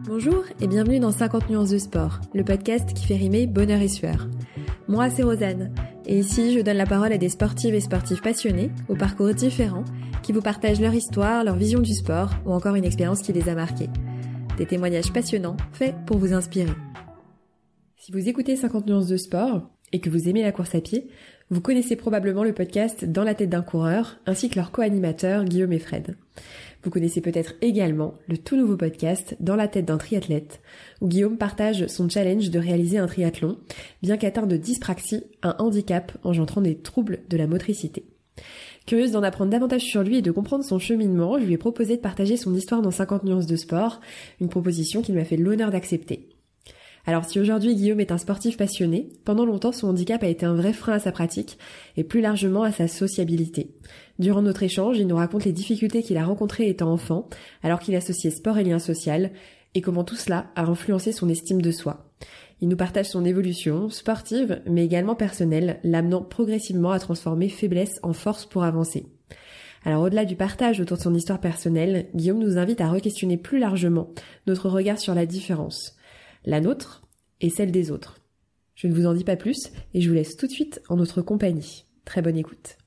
Bonjour et bienvenue dans 50 nuances de sport, le podcast qui fait rimer bonheur et sueur. Moi, c'est Rosanne, et ici, je donne la parole à des sportives et sportifs passionnés, aux parcours différents, qui vous partagent leur histoire, leur vision du sport, ou encore une expérience qui les a marqués. Des témoignages passionnants, faits pour vous inspirer. Si vous écoutez 50 nuances de sport, et que vous aimez la course à pied, vous connaissez probablement le podcast Dans la tête d'un coureur, ainsi que leurs co-animateurs Guillaume et Fred. Vous connaissez peut-être également le tout nouveau podcast Dans la tête d'un triathlète, où Guillaume partage son challenge de réaliser un triathlon, bien qu'atteint de dyspraxie, un handicap engendrant des troubles de la motricité. Curieuse d'en apprendre davantage sur lui et de comprendre son cheminement, je lui ai proposé de partager son histoire dans 50 nuances de sport, une proposition qu'il m'a fait l'honneur d'accepter. Alors si aujourd'hui Guillaume est un sportif passionné, pendant longtemps son handicap a été un vrai frein à sa pratique et plus largement à sa sociabilité. Durant notre échange, il nous raconte les difficultés qu'il a rencontrées étant enfant, alors qu'il associait sport et lien social, et comment tout cela a influencé son estime de soi. Il nous partage son évolution, sportive, mais également personnelle, l'amenant progressivement à transformer faiblesse en force pour avancer. Alors au-delà du partage autour de son histoire personnelle, Guillaume nous invite à re-questionner plus largement notre regard sur la différence. La nôtre et celle des autres. Je ne vous en dis pas plus et je vous laisse tout de suite en notre compagnie. Très bonne écoute.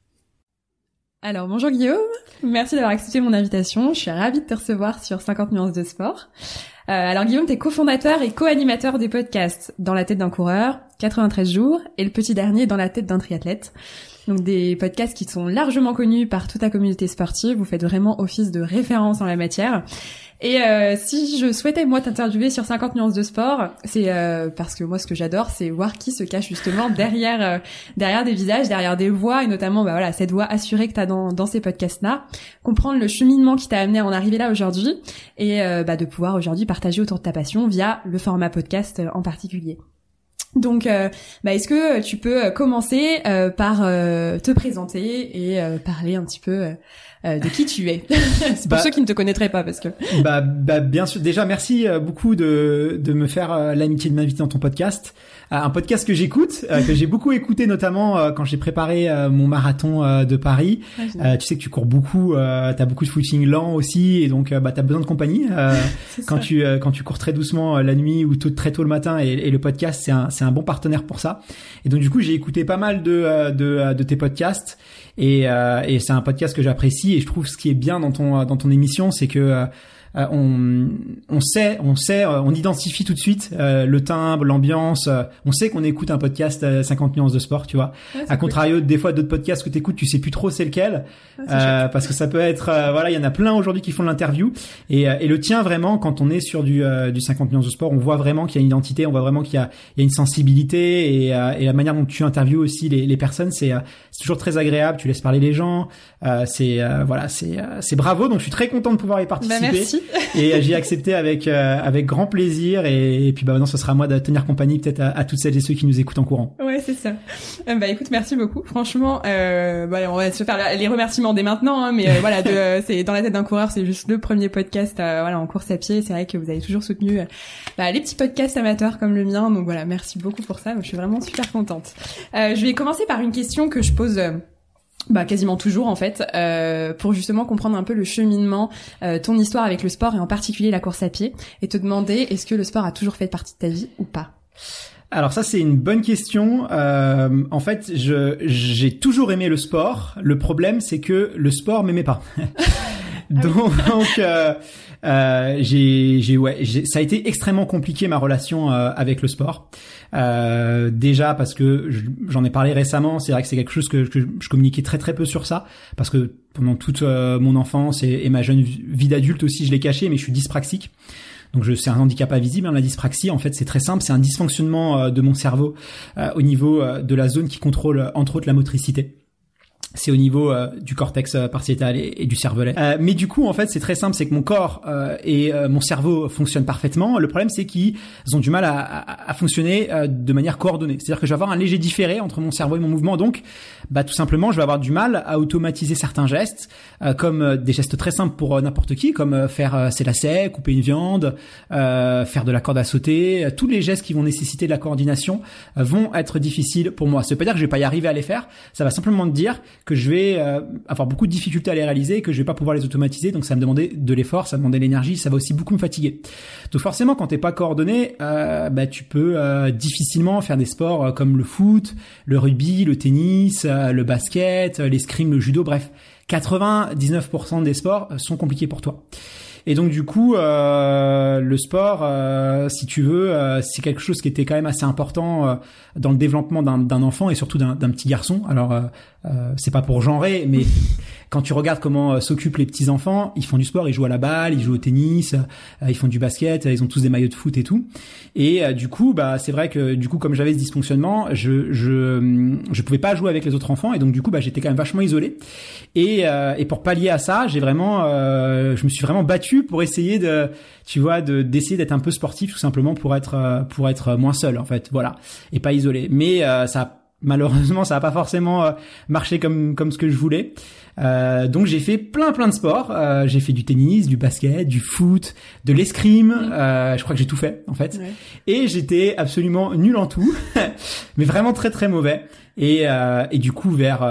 Alors bonjour Guillaume, merci d'avoir accepté mon invitation, je suis ravie de te recevoir sur 50 nuances de sport. Alors Guillaume, t'es cofondateur et co-animateur des podcasts Dans la tête d'un coureur, 93 jours et le petit dernier Dans la tête d'un triathlète. Donc des podcasts qui sont largement connus par toute la communauté sportive, vous faites vraiment office de référence en la matière. Et si je souhaitais moi t'interviewer sur 50 nuances de sport, c'est parce que moi ce que j'adore c'est voir qui se cache justement derrière des visages, derrière des voix et notamment cette voix assurée que t'as dans ces podcasts-là, comprendre le cheminement qui t'a amené à en arriver là aujourd'hui et de pouvoir aujourd'hui partager autour de ta passion via le format podcast en particulier. Donc, est-ce que tu peux commencer par te présenter et parler un petit peu de qui tu es. C'est pour ceux qui ne te connaîtraient pas parce que. Bien sûr. Déjà, merci beaucoup de me faire l'amitié de m'inviter dans ton podcast. Un podcast que j'écoute, que j'ai beaucoup écouté notamment quand j'ai préparé mon marathon de Paris. Tu sais que tu cours beaucoup, t'as beaucoup de footing lent aussi et donc t'as besoin de compagnie quand tu cours très doucement la nuit ou très tôt le matin et le podcast c'est un bon partenaire pour ça. Et donc du coup, j'ai écouté pas mal de tes podcasts et c'est un podcast que j'apprécie et je trouve ce qui est bien dans ton émission, c'est que on identifie tout de suite le timbre, l'ambiance. On sait qu'on écoute un podcast 50 nuances de sport, tu vois. Ouais, à contrario, cool. Des fois d'autres podcasts que t'écoutes, tu sais plus trop c'est lequel, parce que ça peut être, il y en a plein aujourd'hui qui font de l'interview. Et le tien vraiment, quand on est sur du 50 nuances de sport, on voit vraiment qu'il y a une identité, on voit vraiment qu'il y a une sensibilité et la manière dont tu interviews aussi les personnes, c'est toujours très agréable. Tu laisses parler les gens. C'est bravo. Donc je suis très content de pouvoir y participer. Merci. Et j'ai accepté avec grand plaisir et puis maintenant ce sera à moi de tenir compagnie peut-être à toutes celles et ceux qui nous écoutent en courant. Ouais, c'est ça. Écoute, merci beaucoup. Franchement, on va se faire les remerciements dès maintenant hein, mais c'est Dans la tête d'un coureur, c'est juste le premier podcast en course à pied, c'est vrai que vous avez toujours soutenu les petits podcasts amateurs comme le mien. Donc voilà, merci beaucoup pour ça. Je suis vraiment super contente. Je vais commencer par une question que je pose quasiment toujours en fait, pour justement comprendre un peu le cheminement, ton histoire avec le sport et en particulier la course à pied, et te demander est-ce que le sport a toujours fait partie de ta vie ou pas? Alors ça c'est une bonne question. En fait, j'ai toujours aimé le sport. Le problème c'est que le sport m'aimait pas. Donc ça a été extrêmement compliqué ma relation avec le sport. Déjà parce que j'en ai parlé récemment, c'est vrai que c'est quelque chose que je communiquais très très peu sur ça parce que pendant toute mon enfance et ma jeune vie d'adulte aussi je l'ai caché, mais je suis dyspraxique. Donc c'est un handicap invisible, la dyspraxie. En fait, c'est très simple, c'est un dysfonctionnement de mon cerveau au niveau de la zone qui contrôle entre autres la motricité. C'est au niveau du cortex parietal et du cervelet. Mais du coup, en fait, c'est très simple, c'est que mon corps et mon cerveau fonctionnent parfaitement. Le problème, c'est qu'ils ont du mal à fonctionner de manière coordonnée. C'est-à-dire que je vais avoir un léger différé entre mon cerveau et mon mouvement. Donc, tout simplement, je vais avoir du mal à automatiser certains gestes, comme des gestes très simples pour n'importe qui, comme faire ses lacets, couper une viande, faire de la corde à sauter. Tous les gestes qui vont nécessiter de la coordination vont être difficiles pour moi. Ça veut pas dire que je vais pas y arriver à les faire. Ça va simplement dire que je vais avoir beaucoup de difficultés à les réaliser, que je vais pas pouvoir les automatiser, donc ça va me demander de l'effort, ça va me demander de l'énergie, ça va aussi beaucoup me fatiguer. Donc forcément, quand t'es pas coordonné, tu peux difficilement faire des sports comme le foot, le rugby, le tennis, le basket, l'escrime, le judo, bref, 99% des sports sont compliqués pour toi. Et donc du coup, le sport, si tu veux, c'est quelque chose qui était quand même assez important dans le développement d'un enfant et surtout d'un petit garçon. Alors, c'est pas pour genrer, mais quand tu regardes comment s'occupent les petits enfants, ils font du sport, ils jouent à la balle, ils jouent au tennis, ils font du basket, ils ont tous des maillots de foot et tout. Et du coup, c'est vrai que du coup, comme j'avais ce dysfonctionnement, je pouvais pas jouer avec les autres enfants et donc du coup, j'étais quand même vachement isolé. Et pour pallier à ça, je me suis vraiment battu pour essayer d'essayer d'être un peu sportif tout simplement pour être moins seul en fait, voilà, et pas isolé. Mais malheureusement, ça a pas forcément marché comme ce que je voulais. Donc j'ai fait plein de sports. J'ai fait du tennis, du basket, du foot, de l'escrime. Je crois que j'ai tout fait en fait. Ouais. Et j'étais absolument nul en tout, mais vraiment très très mauvais. Et du coup vers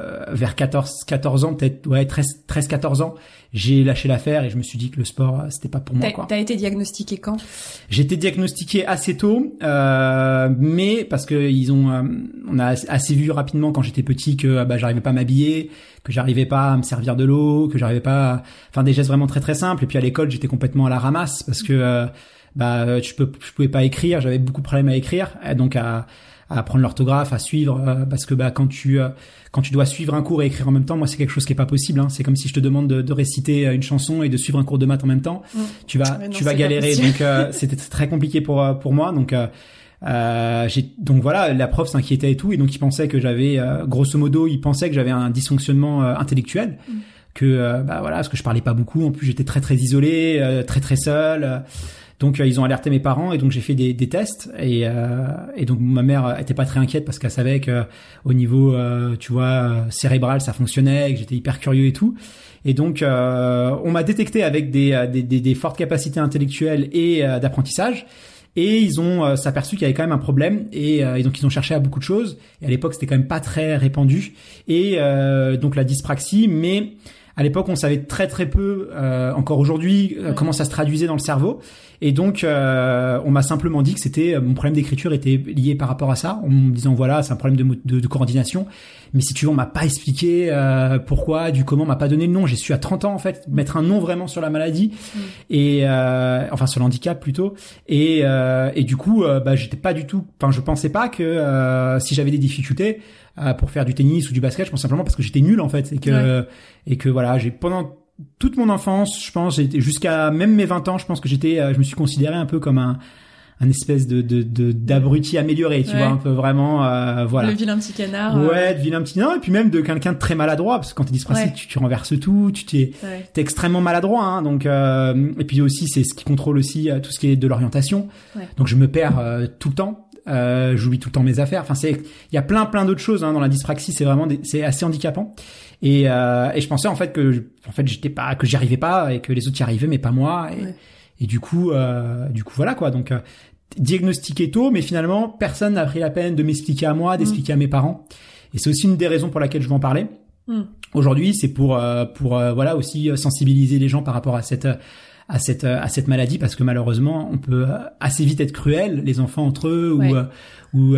14 ans, peut-être 13-14 ans, j'ai lâché l'affaire et je me suis dit que le sport c'était pas pour moi, quoi. T'as été diagnostiqué quand? J'ai été diagnostiqué assez tôt, mais parce que on a assez vu rapidement quand j'étais petit que j'arrivais pas à m'habiller, que j'arrivais pas à me servir de l'eau, que j'arrivais pas enfin des gestes vraiment très très simples. Et puis à l'école, j'étais complètement à la ramasse parce que je pouvais pas écrire, j'avais beaucoup de problèmes à écrire, donc à apprendre l'orthographe, à suivre, parce que quand tu dois suivre un cours et écrire en même temps, moi c'est quelque chose qui est pas possible, hein. C'est comme si je te demande de réciter une chanson et de suivre un cours de maths en même temps. Tu vas galérer, donc c'était très compliqué pour moi. Donc donc voilà, la prof s'inquiétait et tout, et donc il pensait que j'avais grosso modo, il pensait que j'avais un dysfonctionnement intellectuel, que parce que je parlais pas beaucoup, en plus j'étais très très isolé, très très seul. Donc ils ont alerté mes parents et donc j'ai fait des tests et donc ma mère était pas très inquiète parce qu'elle savait que au niveau cérébral ça fonctionnait, que j'étais hyper curieux et tout. Et donc on m'a détecté avec des fortes capacités intellectuelles et d'apprentissage. Et ils ont s'aperçu qu'il y avait quand même un problème et donc ils ont cherché à beaucoup de choses. Et à l'époque c'était quand même pas très répandu. Et donc la dyspraxie, mais à l'époque on savait très très peu encore aujourd'hui comment ça se traduisait dans le cerveau. Et donc on m'a simplement dit que c'était mon problème d'écriture était lié par rapport à ça, en me disant voilà, c'est un problème de coordination. Mais si tu veux, on m'a pas expliqué pourquoi, comment, on m'a pas donné le nom. J'ai su à 30 ans en fait mettre un nom vraiment sur la maladie et enfin sur l'handicap plutôt. Et du coup j'étais pas du tout, enfin je pensais pas que si j'avais des difficultés pour faire du tennis ou du basket, je pense simplement parce que j'étais nul en fait et que voilà, j'ai pendant toute mon enfance, je pense, jusqu'à même mes 20 ans, je pense que je me suis considéré un peu comme un espèce d'abruti amélioré, tu vois, un peu vraiment, voilà. Le vilain petit canard. Ouais, le vilain petit canard, et puis même de quelqu'un de très maladroit, parce que quand t'es dyspraxique, tu renverses tout, t'es extrêmement maladroit, hein, donc, et puis aussi, c'est ce qui contrôle aussi tout ce qui est de l'orientation. Ouais. Donc je me perds tout le temps. J'oublie tout le temps mes affaires. Enfin, il y a plein d'autres choses, hein, dans la dyspraxie, c'est assez handicapant. Et je pensais en fait que j'y arrivais pas et que les autres y arrivaient mais pas moi et du coup voilà quoi. Donc diagnostiqué tôt, mais finalement personne n'a pris la peine de m'expliquer à moi, d'expliquer à mes parents. Et c'est aussi une des raisons pour laquelle je veux en parler. Aujourd'hui, c'est pour voilà aussi sensibiliser les gens par rapport à cette maladie, parce que malheureusement on peut assez vite être cruel, les enfants entre eux, ou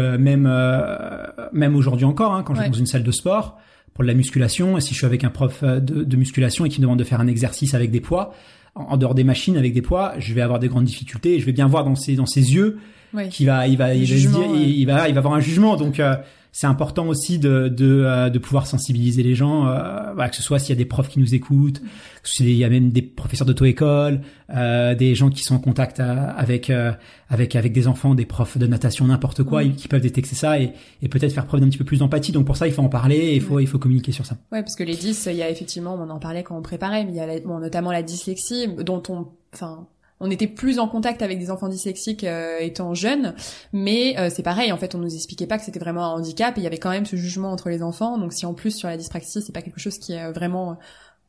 même aujourd'hui encore, hein, quand je vais dans une salle de sport pour de la musculation, et si je suis avec un prof de musculation et qui me demande de faire un exercice avec des poids en dehors des machines avec des poids, je vais avoir des grandes difficultés et je vais bien voir dans ses yeux qu'il va avoir un jugement. Donc c'est important aussi de pouvoir sensibiliser les gens, que ce soit s'il y a des profs qui nous écoutent, il y a même des professeurs d'auto-école, des gens qui sont en contact avec des enfants, des profs de natation, n'importe quoi, qui peuvent détecter ça et peut-être faire preuve d'un petit peu plus d'empathie. Donc pour ça, il faut en parler et il faut communiquer sur ça. Ouais, parce que les dys, il y a effectivement, on en parlait quand on préparait, mais il y a notamment la dyslexie dont on était plus en contact avec des enfants dyslexiques étant jeunes, mais c'est pareil, en fait, on nous expliquait pas que c'était vraiment un handicap et il y avait quand même ce jugement entre les enfants. Donc si en plus sur la dyspraxie, c'est pas quelque chose qui est vraiment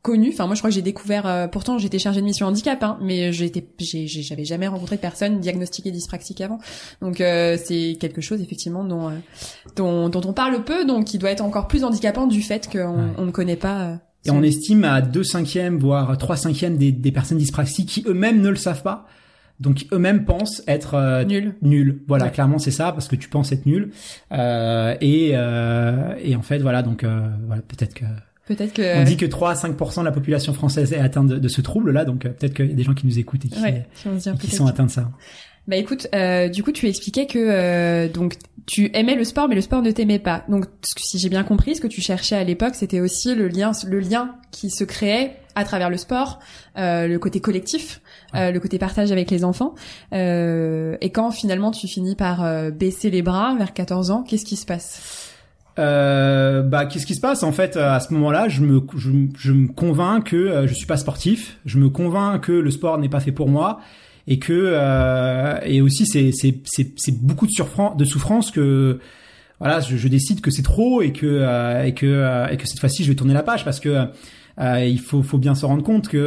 connu. Enfin, moi, je crois que j'ai découvert. Pourtant, j'étais chargée de mission handicap, hein, mais j'avais jamais rencontré de personne diagnostiquée dyspraxique avant. Donc, c'est quelque chose effectivement dont on parle peu, donc qui doit être encore plus handicapant du fait qu'on ne connaît pas. Et on estime à 2/5 voire 3/5 des personnes dyspraxiques qui eux-mêmes ne le savent pas. Donc eux-mêmes pensent être nuls. Voilà, clairement c'est ça, parce que tu penses être nul. Et en fait voilà, donc voilà, peut-être que on dit que 3 à 5% de la population française est atteinte de ce trouble-là, donc peut-être qu'il y a des gens qui nous écoutent et qui sont atteints de ça. Bah écoute, du coup tu expliquais que donc tu aimais le sport, mais le sport ne t'aimait pas. Donc si j'ai bien compris, ce que tu cherchais à l'époque, c'était aussi le lien qui se créait à travers le sport, le côté collectif, le côté partage avec les enfants. Et quand finalement tu finis par baisser les bras vers 14 ans, qu'est-ce qui se passe ? Qu'est-ce qui se passe en fait à ce moment-là? Je me convainc que je suis pas sportif. Je me convainc que le sport n'est pas fait pour moi et que et aussi c'est beaucoup de souffrance que voilà, je décide que c'est trop et que cette fois-ci je vais tourner la page parce que il faut bien se rendre compte que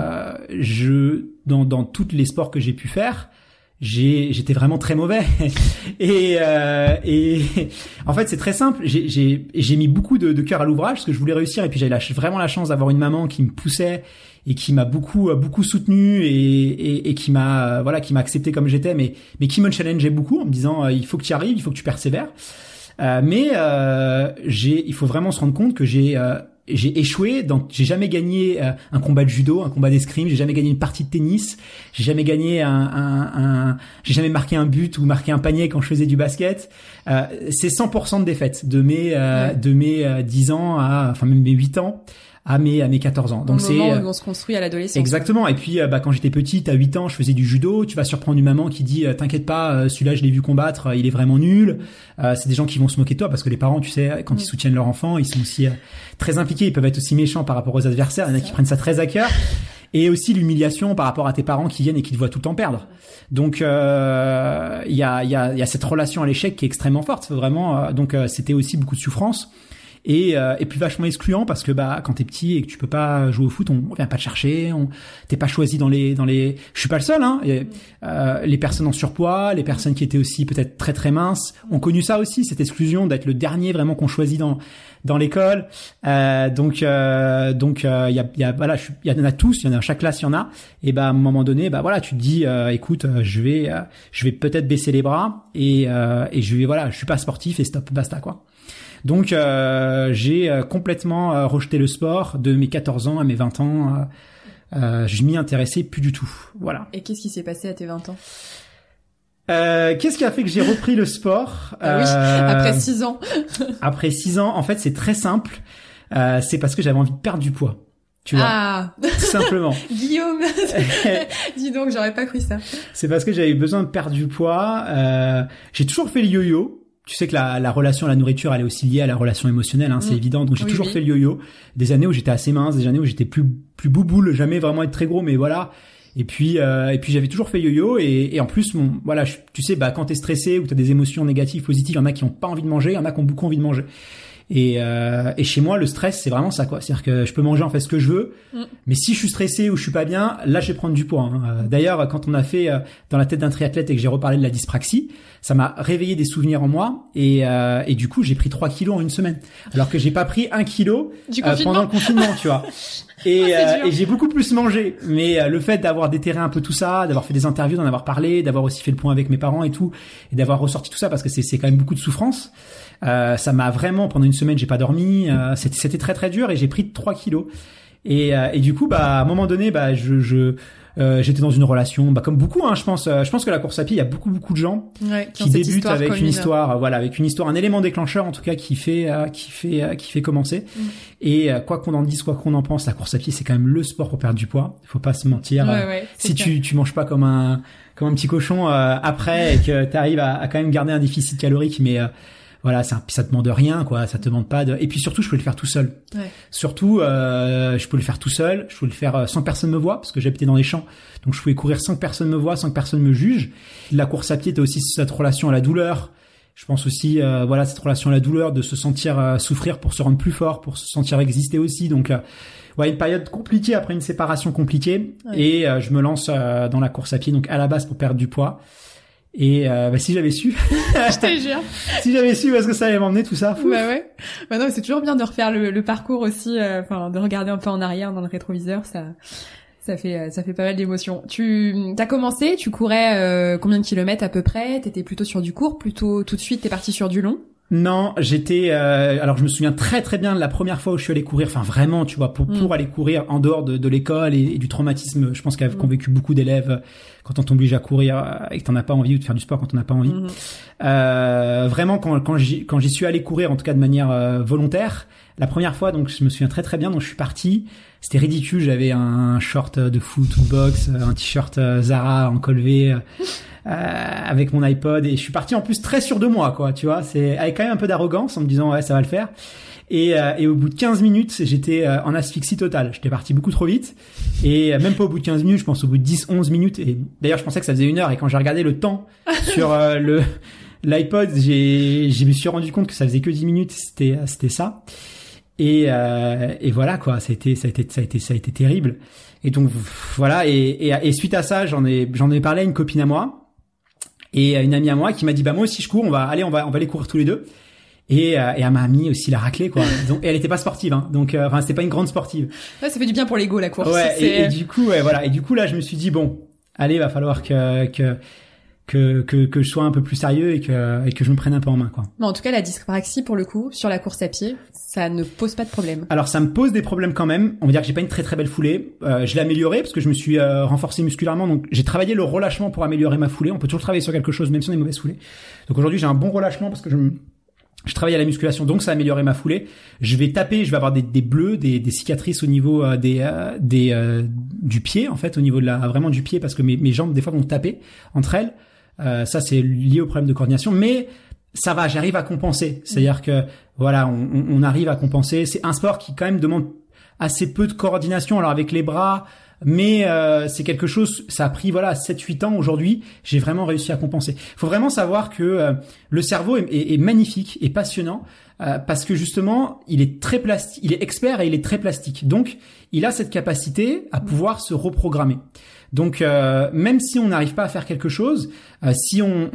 dans tous les sports que j'ai pu faire, j'étais vraiment très mauvais et en fait c'est très simple, j'ai mis beaucoup de cœur à l'ouvrage parce que je voulais réussir et puis j'avais vraiment la chance d'avoir une maman qui me poussait et qui m'a beaucoup soutenu et qui m'a accepté comme j'étais mais qui me challengeait beaucoup en me disant il faut que tu y arrives, il faut que tu persévères, mais il faut vraiment se rendre compte que j'ai échoué, donc j'ai jamais gagné un combat de judo, un combat d'escrime, j'ai jamais gagné une partie de tennis, j'ai jamais gagné j'ai jamais marqué un but ou marqué un panier quand je faisais du basket. C'est 100% de défaite de mes 10 ans enfin même mes 8 ans à mes 14 ans. Donc au moment où on se construit à l'adolescence. Exactement. Et puis quand j'étais petite, à 8 ans, je faisais du judo. Tu vas surprendre une maman qui dit t'inquiète pas, celui-là je l'ai vu combattre, il est vraiment nul. C'est des gens qui vont se moquer de toi parce que les parents, tu sais, quand ils soutiennent leur enfant, ils sont aussi très impliqués, ils peuvent être aussi méchants par rapport aux adversaires, il y en a qui prennent ça très à cœur. Et aussi l'humiliation par rapport à tes parents qui viennent et qui te voient tout le temps perdre. Donc il y a cette relation à l'échec qui est extrêmement forte. Faut vraiment c'était aussi beaucoup de souffrance. Et puis vachement excluant parce que quand t'es petit et que tu peux pas jouer au foot, on vient pas te chercher, t'es pas choisi dans les je suis pas le seul hein, les personnes en surpoids, les personnes qui étaient aussi peut-être très très minces ont connu ça aussi, cette exclusion d'être le dernier vraiment qu'on choisit dans l'école. Donc il y en a tous, il y en a à chaque classe, il y en a. Et à un moment donné, voilà, tu te dis écoute, je vais peut-être baisser les bras et je suis pas sportif et stop, basta quoi. Donc j'ai complètement rejeté le sport de mes 14 ans à mes 20 ans. Je m'y intéressais plus du tout. Voilà. Et qu'est-ce qui s'est passé à tes 20 ans ? Qu'est-ce qui a fait que j'ai repris le sport ? Oui, après 6 ans. Après 6 ans, en fait, c'est très simple. C'est parce que j'avais envie de perdre du poids. Tu vois, tout simplement. Guillaume, dis donc, j'aurais pas cru ça. C'est parce que j'avais besoin de perdre du poids. J'ai toujours fait le yo-yo. Tu sais que la relation à la nourriture, elle est aussi liée à la relation émotionnelle, hein, c'est évident. Donc j'ai toujours fait le yo-yo. Des années où j'étais assez mince, des années où j'étais plus bouboule, jamais vraiment être très gros, mais voilà. Et puis j'avais toujours fait yo-yo et en plus tu sais quand t'es stressé ou t'as des émotions négatives, positives, il y en a qui ont pas envie de manger, il y en a qui ont beaucoup envie de manger. Et chez moi le stress c'est vraiment ça quoi, c'est-à-dire que je peux manger en fait ce que je veux, mais si je suis stressé ou je suis pas bien, là je vais prendre du poids. Hein. D'ailleurs quand on a fait dans la tête d'un triathlète et que j'ai reparlé de la dyspraxie, ça m'a réveillé des souvenirs en moi et du coup j'ai pris 3 kilos en une semaine, alors que j'ai pas pris 1 kilo pendant le confinement, tu vois. Et j'ai beaucoup plus mangé, mais le fait d'avoir déterré un peu tout ça, d'avoir fait des interviews, d'en avoir parlé, d'avoir aussi fait le point avec mes parents et tout, et d'avoir ressorti tout ça parce que c'est quand même beaucoup de souffrance. Ça m'a vraiment, pendant une semaine, j'ai pas dormi. C'était très très dur et j'ai pris 3 kilos. Et du coup, à un moment donné, j'étais dans une relation, comme beaucoup, hein, je pense que la course à pied, il y a beaucoup de gens qui débutent avec une histoire, avec une histoire, un élément déclencheur en tout cas qui fait commencer. Et quoi qu'on en dise, quoi qu'on en pense, la course à pied, c'est quand même le sport pour perdre du poids. Il faut pas se mentir. Si tu manges pas comme un petit cochon après et que t'arrives à quand même garder un déficit calorique, mais voilà, ça te demande rien, quoi. Ça te demande pas de. Et puis surtout, je peux le faire tout seul. Surtout, je peux le faire tout seul. Je peux le faire sans que personne me voie, parce que j'habitais dans les champs, donc je pouvais courir sans que personne me voie, sans que personne me juge. La course à pied, t'as aussi cette relation à la douleur Je pense aussi, voilà, cette relation à la douleur, de se sentir souffrir pour se rendre plus fort, pour se sentir exister aussi. Donc, ouais, une période compliquée après une séparation compliquée. Ouais. Et je me lance dans la course à pied, donc à la base pour perdre du poids. Et si j'avais su, je te jure, si j'avais su parce que ça allait m'emmener tout ça. Fou. Bah ouais. Bah non, c'est toujours bien de refaire le parcours aussi, enfin de regarder un peu en arrière dans le rétroviseur, ça fait pas mal d'émotions. T'as commencé, tu courais combien de kilomètres à peu près? T'étais plutôt sur du court, plutôt tout de suite t'es parti sur du long? Non, j'étais alors je me souviens très très bien de la première fois où je suis allé courir, enfin vraiment, tu vois, pour aller courir en dehors de l'école et du traumatisme, je pense qu'ont vécu beaucoup d'élèves quand on t'oblige à courir et que t'en as pas envie, ou de faire du sport quand on n'a pas envie. Vraiment quand j'y suis allé courir, en tout cas de manière volontaire, la première fois, donc je me souviens très très bien, donc je suis parti, c'était ridicule, j'avais un short de foot ou boxe, un t-shirt Zara en col V, avec mon iPod, et je suis parti en plus très sûr de moi, quoi, tu vois, c'est avec quand même un peu d'arrogance en me disant ouais, ça va le faire. Et au bout de 15 minutes, j'étais en asphyxie totale. J'étais parti beaucoup trop vite. Et même pas au bout de 15 minutes, je pense au bout de 10-11 minutes. Et d'ailleurs, je pensais que ça faisait 1 heure. Et quand j'ai regardé le temps sur l'iPod, je me suis rendu compte que ça faisait que 10 minutes. C'était ça. Et voilà, quoi. Ça a été terrible. Et donc, voilà. Et suite à ça, j'en ai parlé à une copine à moi. Et à une amie à moi qui m'a dit, bah, moi aussi je cours, on va aller courir tous les deux. Et elle m'a mis aussi la raclée, quoi. Donc, et elle était pas sportive, hein. Donc, enfin, c'était pas une grande sportive. Ouais, ça fait du bien pour l'ego, la course. Ouais. Et du coup, ouais, voilà. Et du coup, là, je me suis dit, bon, allez, va falloir que je sois un peu plus sérieux et que je me prenne un peu en main, quoi. Mais en tout cas, la dyspraxie, pour le coup, sur la course à pied, ça ne pose pas de problème. Alors, ça me pose des problèmes quand même. On va dire que j'ai pas une très très belle foulée. Je l'ai améliorée parce que je me suis renforcé musculairement. Donc, j'ai travaillé le relâchement pour améliorer ma foulée. On peut toujours travailler sur quelque chose, même si on a une mauvaise foulée. Donc, aujourd'hui, j'ai un bon relâchement parce que je travaille à la musculation, donc ça a amélioré ma foulée. Je vais avoir des bleus, des cicatrices au niveau du pied, en fait, au niveau vraiment du pied, parce que mes jambes des fois vont taper entre elles. Ça, c'est lié au problème de coordination, mais ça va, j'arrive à compenser. C'est-à-dire que voilà, on arrive à compenser. C'est un sport qui quand même demande assez peu de coordination. Alors avec les bras, mais c'est quelque chose, ça a pris 7-8 ans. Aujourd'hui, j'ai vraiment réussi à compenser. Il faut vraiment savoir que le cerveau est magnifique et passionnant parce que justement, il est très plastique, il est expert et il est très plastique. Donc, il a cette capacité à pouvoir se reprogrammer. Donc, même si on n'arrive pas à faire quelque chose, si on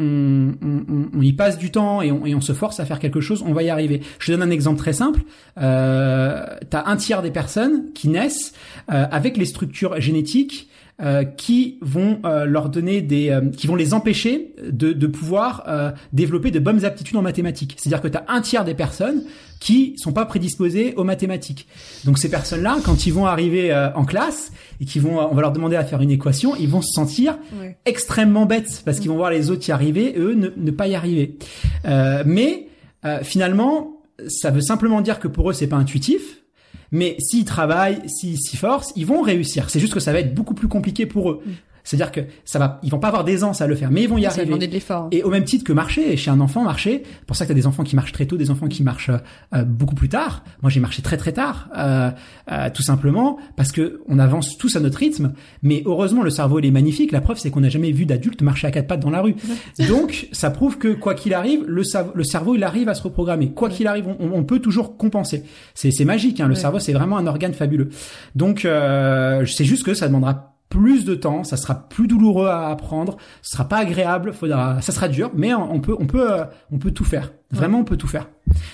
y passe du temps et on se force à faire quelque chose, on va y arriver. Je te donne un exemple très simple. T'as un tiers des personnes qui naissent avec les structures génétiques qui vont leur donner qui vont les empêcher de pouvoir développer de bonnes aptitudes en mathématiques. C'est-à-dire que tu as un tiers des personnes qui sont pas prédisposées aux mathématiques. Donc ces personnes-là, quand ils vont arriver en classe et on va leur demander à faire une équation, ils vont se sentir extrêmement bêtes parce qu'ils vont voir les autres y arriver, eux ne pas y arriver. Mais finalement, ça veut simplement dire que pour eux c'est pas intuitif. Mais s'ils travaillent, s'ils s'y forcent, ils vont réussir. C'est juste que ça va être beaucoup plus compliqué pour eux. C'est-à-dire que ils vont pas avoir d'aisance à le faire, mais ils vont y arriver. Ça va demander de l'effort. Et au même titre que marcher, chez un enfant, marcher, pour ça que t'as des enfants qui marchent très tôt, des enfants qui marchent beaucoup plus tard. Moi, j'ai marché très très tard, tout simplement parce que on avance tous à notre rythme. Mais heureusement, le cerveau il est magnifique. La preuve, c'est qu'on n'a jamais vu d'adulte marcher à 4 pattes dans la rue. Donc, ça prouve que quoi qu'il arrive, le cerveau il arrive à se reprogrammer. Quoi qu'il arrive, on peut toujours compenser. C'est magique, hein. Le cerveau, c'est vraiment un organe fabuleux. Donc, c'est juste que ça demandera plus de temps, ça sera plus douloureux à apprendre, ce sera pas agréable, ça sera dur, mais on peut tout faire. Vraiment, on peut tout faire.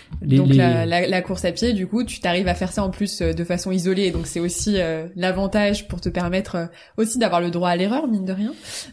La course à pied, du coup, tu t'arrives à faire ça en plus de façon isolée, donc c'est aussi l'avantage pour te permettre aussi d'avoir le droit à l'erreur, mine de rien.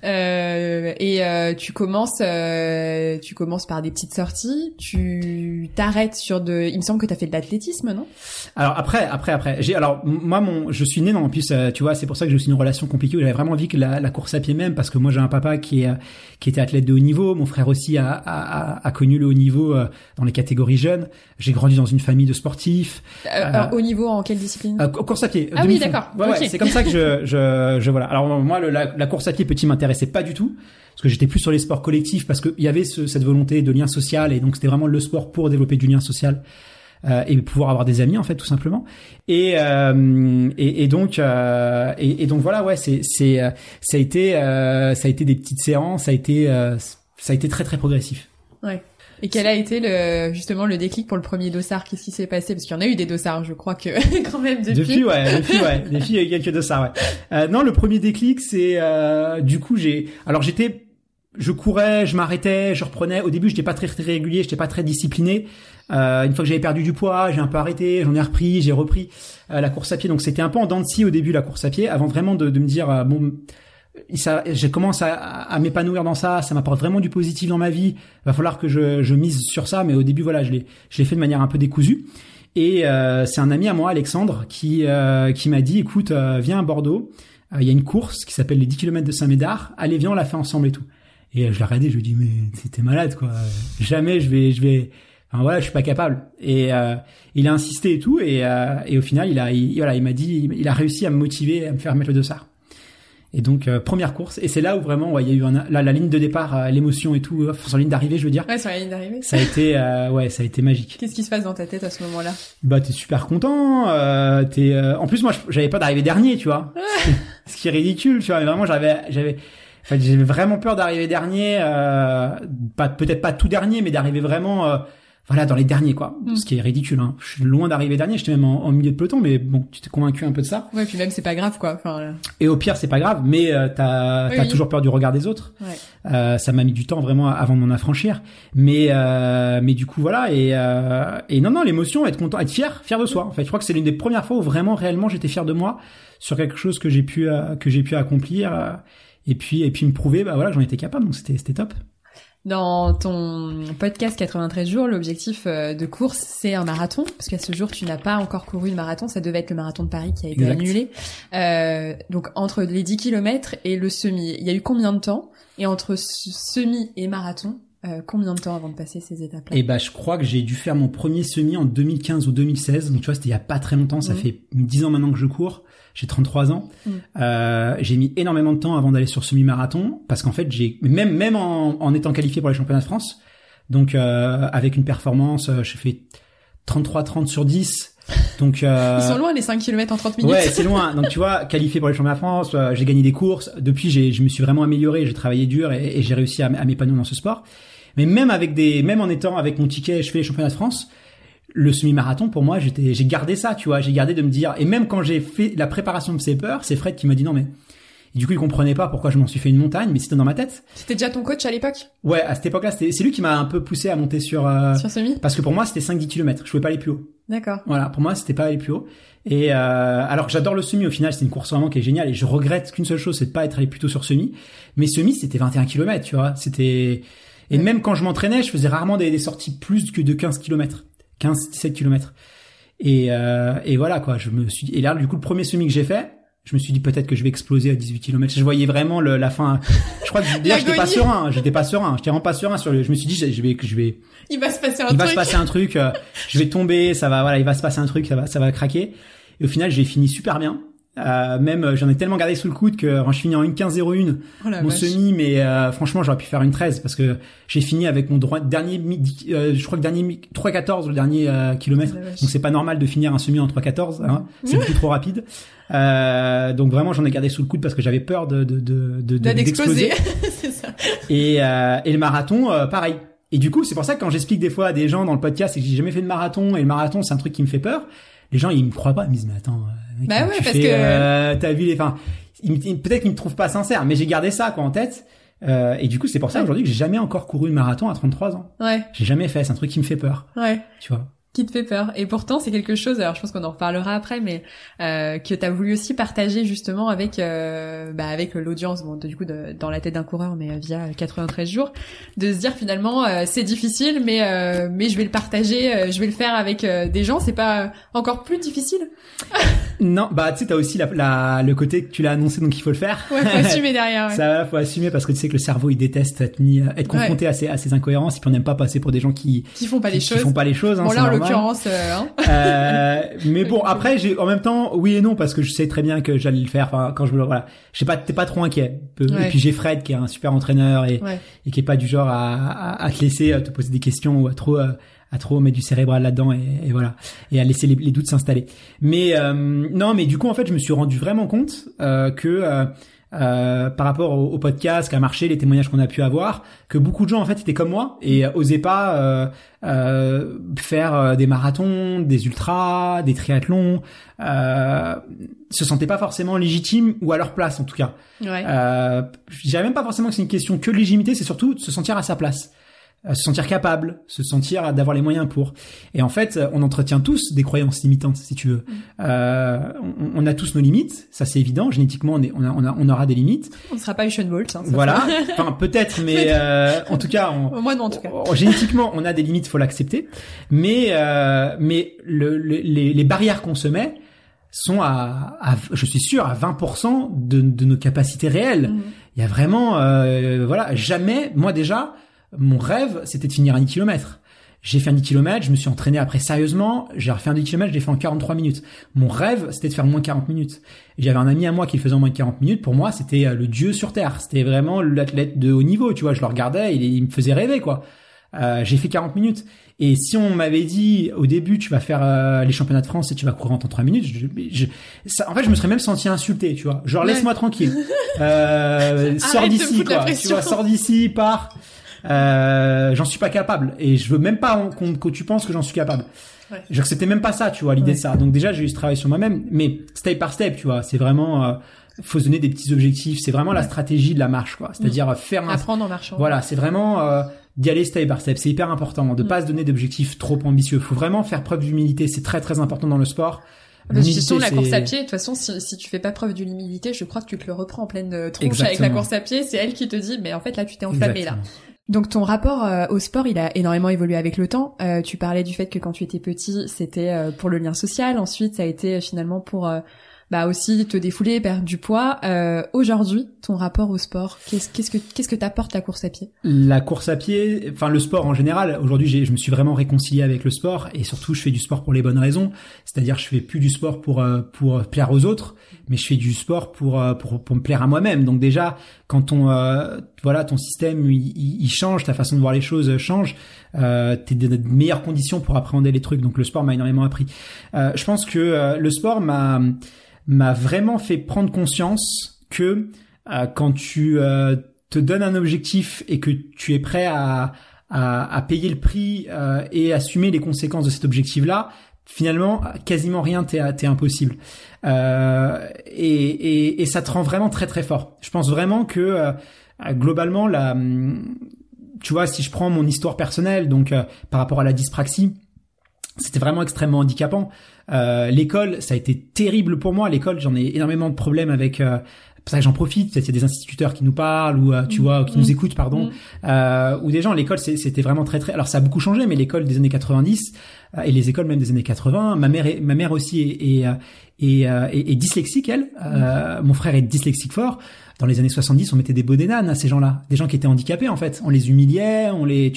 Tu commences par des petites sorties, tu t'arrêtes il me semble que t'as fait de l'athlétisme, non? Alors après, je suis né en plus, tu vois, c'est pour ça que j'ai aussi une relation compliquée. J'avais vraiment envie que la course à pied même, parce que moi j'ai un papa qui était athlète de haut niveau, mon frère aussi a connu le haut niveau dans les catégories jeunes. J'ai grandi dans une famille de sportifs. Au niveau en quelle discipline? Course à pied. Ah oui, d'accord. Ouais, c'est comme ça que je voilà. Alors moi, la course à pied petit m'intéressait pas du tout, parce que j'étais plus sur les sports collectifs, parce qu'il y avait cette volonté de lien social, et donc c'était vraiment le sport pour développer du lien social. Et pouvoir avoir des amis en fait, tout simplement. Et donc voilà, ouais, ça a été des petites séances, ça a été très très progressif. Ouais. Et quel a été justement le déclic pour le premier dossard? Qu'est-ce qui s'est passé? Parce qu'il y en a eu des dossards, je crois que quand même depuis. Depuis, il y a eu quelques dossards, ouais. Non, le premier déclic, c'est du coup je courais, je m'arrêtais, je reprenais. Au début, j'étais pas très régulier, j'étais pas très discipliné. Une fois que j'avais perdu du poids, j'ai un peu arrêté, j'en ai repris, j'ai repris la course à pied. Donc c'était un peu en dents de scie au début la course à pied, avant vraiment de me dire bon. Je commence à m'épanouir dans ça m'apporte vraiment du positif dans ma vie, va falloir que je mise sur ça, mais au début voilà, je l'ai fait de manière un peu décousue. Et c'est un ami à moi, Alexandre, qui m'a dit écoute, viens à Bordeaux, il y a une course qui s'appelle les 10 km de Saint-Médard, allez viens, on la fait ensemble et tout. Et je l'ai regardé, je lui ai dit mais t'es malade quoi, jamais je vais enfin voilà, je suis pas capable. Et il a insisté et tout, et au final il m'a dit, il a réussi à me motiver, à me faire mettre le dossard. Et donc première course, et c'est là où vraiment il y a eu la ligne de départ, l'émotion et tout, sur la ligne d'arrivée je veux dire. Ouais, sur la ligne d'arrivée. Ça a été magique. Qu'est-ce qui se passe dans ta tête à ce moment-là? Bah t'es super content, en plus moi j'avais pas d'arriver dernier, tu vois. Ce qui est ridicule, tu vois, mais vraiment j'avais vraiment peur d'arriver dernier, peut-être pas tout dernier, mais d'arriver vraiment voilà, dans les derniers, quoi. Ce qui est ridicule, hein. Je suis loin d'arriver dernier, j'étais même en milieu de peloton, mais bon, tu t'es convaincu un peu de ça. Ouais, puis même, c'est pas grave, quoi. Enfin, Et au pire, c'est pas grave, mais t'as toujours peur du regard des autres. Ouais. Ça m'a mis du temps, vraiment, avant de m'en affranchir. Mais du coup, voilà, et non, l'émotion, être content, être fier de soi. En fait, je crois que c'est l'une des premières fois où vraiment, réellement, j'étais fier de moi sur quelque chose que j'ai pu accomplir, et puis me prouver, bah voilà, que j'en étais capable, donc c'était top. Dans ton podcast 93 jours, l'objectif de course, c'est un marathon, parce qu'à ce jour, tu n'as pas encore couru de marathon. Ça devait être le marathon de Paris qui a été annulé. Donc, entre les 10 km et le semi, il y a eu combien de temps? Et entre semi et marathon, combien de temps avant de passer ces étapes-là? Eh ben, je crois que j'ai dû faire mon premier semi en 2015 ou 2016. Donc, tu vois, c'était il y a pas très longtemps. Ça fait 10 ans maintenant que je cours. J'ai 33 ans. J'ai mis énormément de temps avant d'aller sur semi-marathon parce qu'en fait, même en étant qualifié pour les championnats de France, donc avec une performance, j'ai fait 33-30 sur 10. Donc ils sont loin les 5 km en 30 minutes. Ouais, c'est loin. Donc tu vois, qualifié pour les championnats de France, j'ai gagné des courses. Depuis, je me suis vraiment amélioré, j'ai travaillé dur et j'ai réussi à m'épanouir dans ce sport. Mais même en étant avec mon ticket, je fais les championnats de France. Le semi-marathon, pour moi, j'ai gardé ça, tu vois, j'ai gardé de me dire, et même quand j'ai fait la préparation de ces peurs, c'est Fred qui m'a dit non mais, et du coup il comprenait pas pourquoi je m'en suis fait une montagne, mais c'était dans ma tête. C'était déjà ton coach à l'époque? Ouais, à cette époque-là, c'est lui qui m'a un peu poussé à monter sur semi? Parce que pour moi c'était 5-10 km, je pouvais pas aller plus haut. D'accord. Voilà, pour moi c'était pas aller plus haut. Et alors j'adore le semi, au final c'est une course vraiment qui est géniale, et je regrette qu'une seule chose, c'est de pas être allé plus tôt sur semi, mais semi c'était 21 km, tu vois, et même quand je m'entraînais, je faisais rarement des sorties plus que de 15 km. 15-17 km. Et voilà, quoi, et là, du coup, le premier semi que j'ai fait, je me suis dit peut-être que je vais exploser à 18 km. Je voyais vraiment la fin. Je crois que déjà, j'étais pas serein. J'étais vraiment pas serein je me suis dit, je vais, il va se passer un truc, je vais tomber, ça va, voilà, il va se passer un truc, ça va craquer. Et au final, j'ai fini super bien. Même j'en ai tellement gardé sous le coude que quand je finis en 1:15:01 mon semi, mais franchement j'aurais pu faire une 13 parce que j'ai fini avec mon dernier je crois que dernier 3:14 le dernier kilomètre, donc c'est pas normal de finir un semi en 3:14, hein, c'est beaucoup trop rapide. Donc vraiment j'en ai gardé sous le coude parce que j'avais peur d'exploser. C'est ça. Et le marathon pareil. Et du coup c'est pour ça que quand j'explique des fois à des gens dans le podcast et que j'ai jamais fait de marathon, et le marathon c'est un truc qui me fait peur, les gens ils me croient pas, ils me disent mais attends mec, bah ouais, parce que t'as vu peut-être qu'ils me trouvent pas sincère, mais j'ai gardé ça quoi en tête, et du coup c'est pour ça aujourd'hui que j'ai jamais encore couru le marathon à 33 ans. Ouais. J'ai jamais fait, c'est un truc qui me fait peur. Ouais. Tu vois. Qui te fait peur. Et pourtant, c'est quelque chose, alors je pense qu'on en reparlera après, mais que t'as voulu aussi partager justement avec l'audience, bon, du coup, dans la tête d'un coureur, mais via 93 jours, de se dire finalement, c'est difficile, mais je vais le partager, je vais le faire avec des gens, c'est pas encore plus difficile? Non, bah tu sais, t'as aussi le côté que tu l'as annoncé, donc il faut le faire. Ouais, faut assumer derrière. Ouais. Ça, faut assumer parce que tu sais que le cerveau il déteste être confronté à ces incohérences, et puis on n'aime pas passer pour des gens qui font pas les choses. Hein, bon là, en l'occurrence, mais bon, après en même temps, oui et non, parce que je sais très bien que j'allais le faire. Enfin, quand t'es pas trop inquiet. Et puis j'ai Fred qui est un super entraîneur et qui est pas du genre à te laisser te poser des questions ou à trop mettre du cérébral là-dedans et voilà, et à laisser les doutes s'installer. Mais non, mais du coup en fait je me suis rendu vraiment compte que par rapport au podcast qui a marché, les témoignages qu'on a pu avoir, que beaucoup de gens en fait étaient comme moi et osaient pas faire des marathons, des ultras, des triathlons, se sentaient pas forcément légitimes ou à leur place en tout cas. Ouais. Je dirais même pas forcément que c'est une question que de légitimité, c'est surtout de se sentir à sa place. Se sentir capable, se sentir d'avoir les moyens pour. Et en fait, on entretient tous des croyances limitantes, si tu veux. On a tous nos limites, ça c'est évident. Génétiquement, on aura des limites. On ne sera pas Usain Bolt. Hein, voilà. Enfin, peut-être, mais en tout cas, moi non, en tout cas. Génétiquement, on a des limites, faut l'accepter. Mais les barrières qu'on se met sont je suis sûr, à 20% de nos capacités réelles. Il y a vraiment, jamais, moi déjà. Mon rêve, c'était de finir un 10 km. J'ai fait un 10 km, je me suis entraîné après sérieusement, j'ai refait un 10 km, je l'ai fait en 43 minutes. Mon rêve, c'était de faire moins 40 minutes. Et j'avais un ami à moi qui le faisait en moins de 40 minutes. Pour moi, c'était le dieu sur terre. C'était vraiment l'athlète de haut niveau, tu vois. Je le regardais, il me faisait rêver, quoi. J'ai fait 40 minutes. Et si on m'avait dit au début, tu vas faire les championnats de France et tu vas courir en 33 minutes, en fait, je me serais même senti insulté, tu vois. Genre, laisse-moi tranquille. Sors d'ici, quoi. Tu vois, sors d'ici, pars. J'en suis pas capable et je veux même pas que tu penses que j'en suis capable. Ouais. J'acceptais même pas ça, tu vois, l'idée de ça. Donc déjà, j'ai eu ce travail sur moi-même, mais step par step, tu vois, c'est vraiment faut se donner des petits objectifs, c'est vraiment la stratégie de la marche, quoi. C'est-à-dire apprendre en marchant. Voilà, c'est vraiment d'y aller step par step, c'est hyper important de pas se donner d'objectifs trop ambitieux. Faut vraiment faire preuve d'humilité, c'est très très important dans le sport. Parce que la course à pied, de toute façon, si tu fais pas preuve d'humilité, je crois que tu te le reprends en pleine tronche. Avec la course à pied, c'est elle qui te dit, mais en fait là, tu t'es enflammé là. Donc ton rapport au sport, il a énormément évolué avec le temps. Tu parlais du fait que quand tu étais petit, c'était pour le lien social. Ensuite, ça a été finalement pour aussi te défouler, perdre du poids. Aujourd'hui, ton rapport au sport, qu'est-ce que t'apporte la course à pied? La course à pied, enfin le sport en général. Aujourd'hui, je me suis vraiment réconcilié avec le sport et surtout, je fais du sport pour les bonnes raisons. C'est-à-dire, je fais plus du sport pour plaire aux autres, mais je fais du sport pour me plaire à moi-même. Donc déjà, quand ton système il change, ta façon de voir les choses change, t'es dans de meilleures conditions pour appréhender les trucs. Donc le sport m'a énormément appris. Je pense que le sport m'a vraiment fait prendre conscience que quand tu te donnes un objectif et que tu es prêt à payer le prix et assumer les conséquences de cet objectif-là, finalement quasiment rien t'est impossible. Et ça te rend vraiment très très fort. Je pense vraiment que globalement tu vois, si je prends mon histoire personnelle, donc par rapport à la dyspraxie, c'était vraiment extrêmement handicapant. L'école, ça a été terrible pour moi. L'école, j'en ai énormément de problèmes avec. Pour ça que j'en profite. Peut-être il y a des instituteurs qui nous parlent ou tu vois, qui nous écoutent, pardon, ou des gens. L'école, c'était vraiment très très. Alors ça a beaucoup changé, mais l'école des années 90 et les écoles même des années 80. Ma mère aussi est dyslexique, elle. Mon frère est dyslexique fort. Dans les années 70, on mettait des bonnets d'âne à ces gens-là, des gens qui étaient handicapés en fait. On les humiliait, on les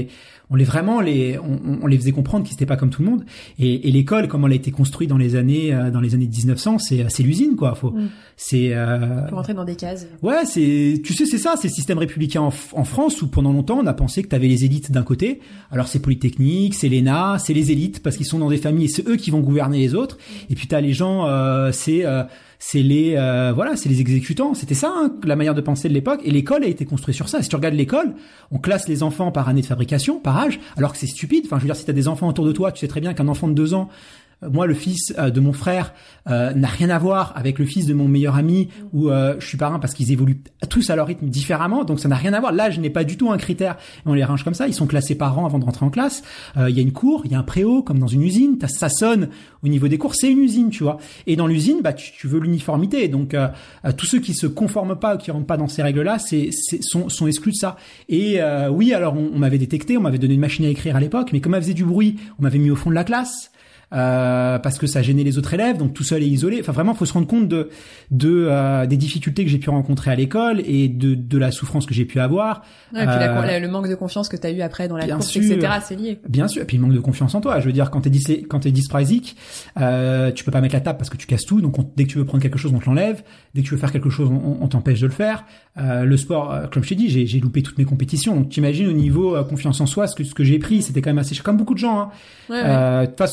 faisait comprendre qu'ils n'étaient pas comme tout le monde. Et l'école, comme elle a été construite dans les années 1900, c'est l'usine quoi. Faut rentrer dans des cases. Ouais, c'est ça, c'est le système républicain en France où pendant longtemps on a pensé que t'avais les élites d'un côté. Alors c'est Polytechnique, c'est l'ENA, c'est les élites parce qu'ils sont dans des familles et c'est eux qui vont gouverner les autres. Et puis t'as les gens, c'est les exécutants. C'était ça, hein, la manière de penser de l'époque. Et l'école a été construite sur ça. Si tu regardes l'école, on classe les enfants par année de fabrication, par âge, alors que c'est stupide. Enfin, je veux dire, si t'as des enfants autour de toi, tu sais très bien qu'un enfant de 2 ans, moi, le fils de mon frère n'a rien à voir avec le fils de mon meilleur ami où je suis parrain parce qu'ils évoluent tous à leur rythme différemment. Donc, ça n'a rien à voir. L'âge n'est pas du tout un critère. On les range comme ça. Ils sont classés par an avant de rentrer en classe. Il y a une cour, il y a un préau comme dans une usine. Ça sonne au niveau des cours. C'est une usine, tu vois. Et dans l'usine, tu veux l'uniformité. Donc, tous ceux qui se conforment pas ou qui rentrent pas dans ces règles-là, sont exclus de ça. Et oui, alors on m'avait détecté, on m'avait donné une machine à écrire à l'époque, mais comme elle faisait du bruit, on m'avait mis au fond de la classe. Parce que ça gênait les autres élèves, donc tout seul et isolé. Enfin, vraiment, faut se rendre compte des difficultés que j'ai pu rencontrer à l'école et de la souffrance que j'ai pu avoir. Ouais, et puis le manque de confiance que t'as eu après dans la course, etc., c'est lié. Bien sûr. Et puis le manque de confiance en toi. Je veux dire, quand t'es dyspraxique, tu peux pas mettre la table parce que tu casses tout. Donc, dès que tu veux prendre quelque chose, on te l'enlève. Dès que tu veux faire quelque chose, on t'empêche de le faire. Le sport, comme je t'ai dit, j'ai loupé toutes mes compétitions. Donc, t'imagines au niveau confiance en soi, ce que j'ai pris, c'était quand même assez, comme beaucoup de gens, hein. De toute façon,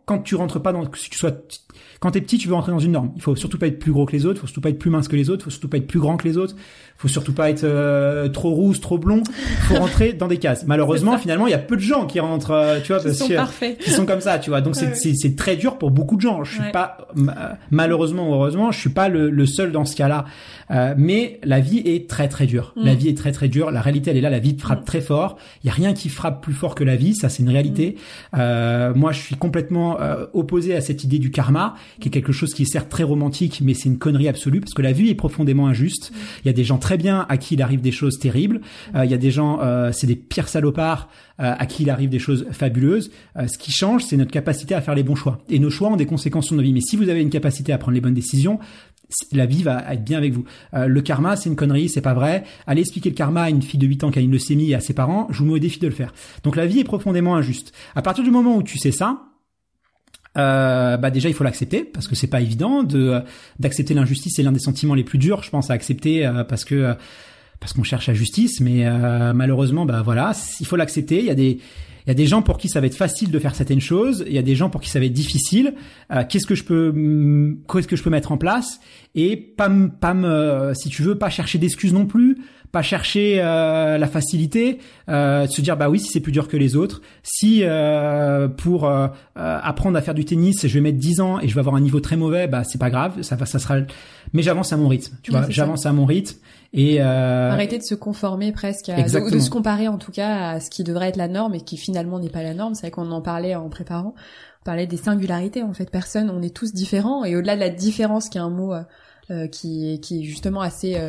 quand tu rentres pas quand t'es petit, tu veux rentrer dans une norme. Il faut surtout pas être plus gros que les autres, faut surtout pas être plus mince que les autres, faut surtout pas être plus grand que les autres, faut surtout pas être trop rousse, trop blond. Faut rentrer dans des cases. Malheureusement, finalement, il y a peu de gens qui rentrent, tu vois, qui sont comme ça, tu vois. Donc c'est très dur pour beaucoup de gens. Je suis pas malheureusement ou heureusement, je suis pas le seul dans ce cas-là. Mais la vie est très très dure. La vie est très très dure. La réalité, elle est là. La vie te frappe très fort. Il y a rien qui frappe plus fort que la vie. Ça, c'est une réalité. Moi, je suis complètement opposé à cette idée du karma, qui est quelque chose qui est certes très romantique, mais c'est une connerie absolue parce que la vie est profondément injuste. Il y a des gens très bien à qui il arrive des choses terribles. Il y a des gens, c'est des pires salopards à qui il arrive des choses fabuleuses. Ce qui change, c'est notre capacité à faire les bons choix. Et nos choix ont des conséquences sur nos vies. Mais si vous avez une capacité à prendre les bonnes décisions, la vie va être bien avec vous. Le karma, c'est une connerie, c'est pas vrai. Allez expliquer le karma à une fille de 8 ans qui a une leucémie et à ses parents, je vous mets au défi de le faire. Donc la vie est profondément injuste. À partir du moment où tu sais ça, déjà il faut l'accepter parce que c'est pas évident d'accepter l'injustice. C'est l'un des sentiments les plus durs, je pense, à accepter parce qu'on cherche la justice, mais malheureusement voilà, il faut l'accepter. Il y a des gens pour qui ça va être facile de faire certaines choses, il y a des gens pour qui ça va être difficile. Qu'est-ce que je peux mettre en place et si tu veux, pas chercher d'excuses non plus, pas chercher la facilité, se dire oui, si c'est plus dur que les autres, si pour apprendre à faire du tennis, je vais mettre 10 ans et je vais avoir un niveau très mauvais, c'est pas grave, ça sera, mais j'avance à mon rythme, tu vois, j'avance à mon rythme. Et arrêter de se conformer presque de se comparer en tout cas à ce qui devrait être la norme et qui finalement n'est pas la norme. C'est vrai qu'on en parlait en préparant, on parlait des singularités en fait. On est tous différents et au-delà de la différence, qui est un mot qui est justement assez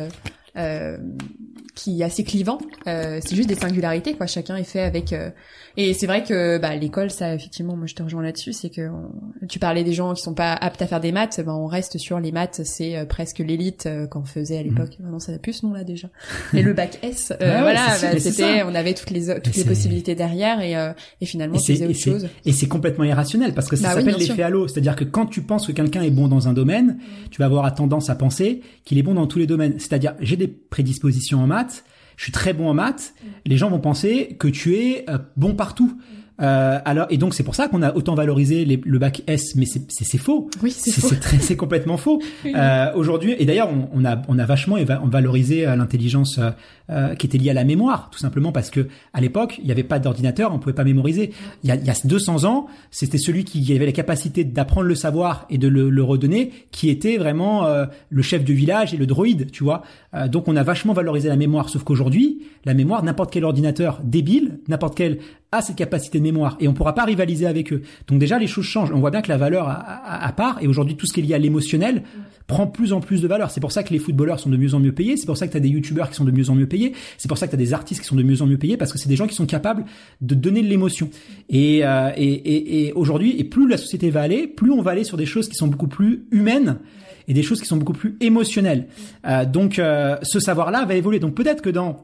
qui est assez clivant, c'est juste des singularités quoi, chacun est fait avec et c'est vrai que l'école, ça effectivement, moi je te rejoins là-dessus, c'est que tu parlais des gens qui sont pas aptes à faire des maths, on reste sur les maths, c'est presque l'élite qu'on faisait à l'époque. Maintenant ça n'a plus ce nom là déjà. Mais le bac S, c'était, on avait toutes les possibilités derrière et finalement tu faisais autre chose. Et c'est complètement irrationnel parce que ça s'appelle l'effet halo, c'est-à-dire que quand tu penses que quelqu'un est bon dans un domaine, tu vas avoir tendance à penser qu'il est bon dans tous les domaines. C'est-à-dire, j'ai des prédispositions en maths, je suis très bon en maths, les gens vont penser que tu es bon partout. Alors, et donc c'est pour ça qu'on a autant valorisé le bac S, mais c'est faux. Oui, c'est complètement faux. Aujourd'hui, et d'ailleurs on a vachement valorisé l'intelligence qui était liée à la mémoire, tout simplement parce que à l'époque il n'y avait pas d'ordinateur, on pouvait pas mémoriser. Il y a 200 ans, c'était celui qui avait la capacité d'apprendre le savoir et de le redonner, qui était vraiment le chef de village et le droïde, tu vois. Donc on a vachement valorisé la mémoire, sauf qu'aujourd'hui la mémoire, n'importe quel ordinateur débile, n'importe quel a cette capacité de mémoire et on pourra pas rivaliser avec eux. Donc déjà les choses changent. On voit bien que la valeur à part, et aujourd'hui tout ce qui est lié à l'émotionnel prend plus en plus de valeur. C'est pour ça que les footballeurs sont de mieux en mieux payés, c'est pour ça que tu as des youtubeurs qui sont de mieux en mieux payés, c'est pour ça que tu as des artistes qui sont de mieux en mieux payés, parce que c'est des gens qui sont capables de donner de l'émotion. Et aujourd'hui, et plus la société va aller, plus on va aller sur des choses qui sont beaucoup plus humaines et des choses qui sont beaucoup plus émotionnelles. Donc ce savoir-là va évoluer. Donc peut-être que dans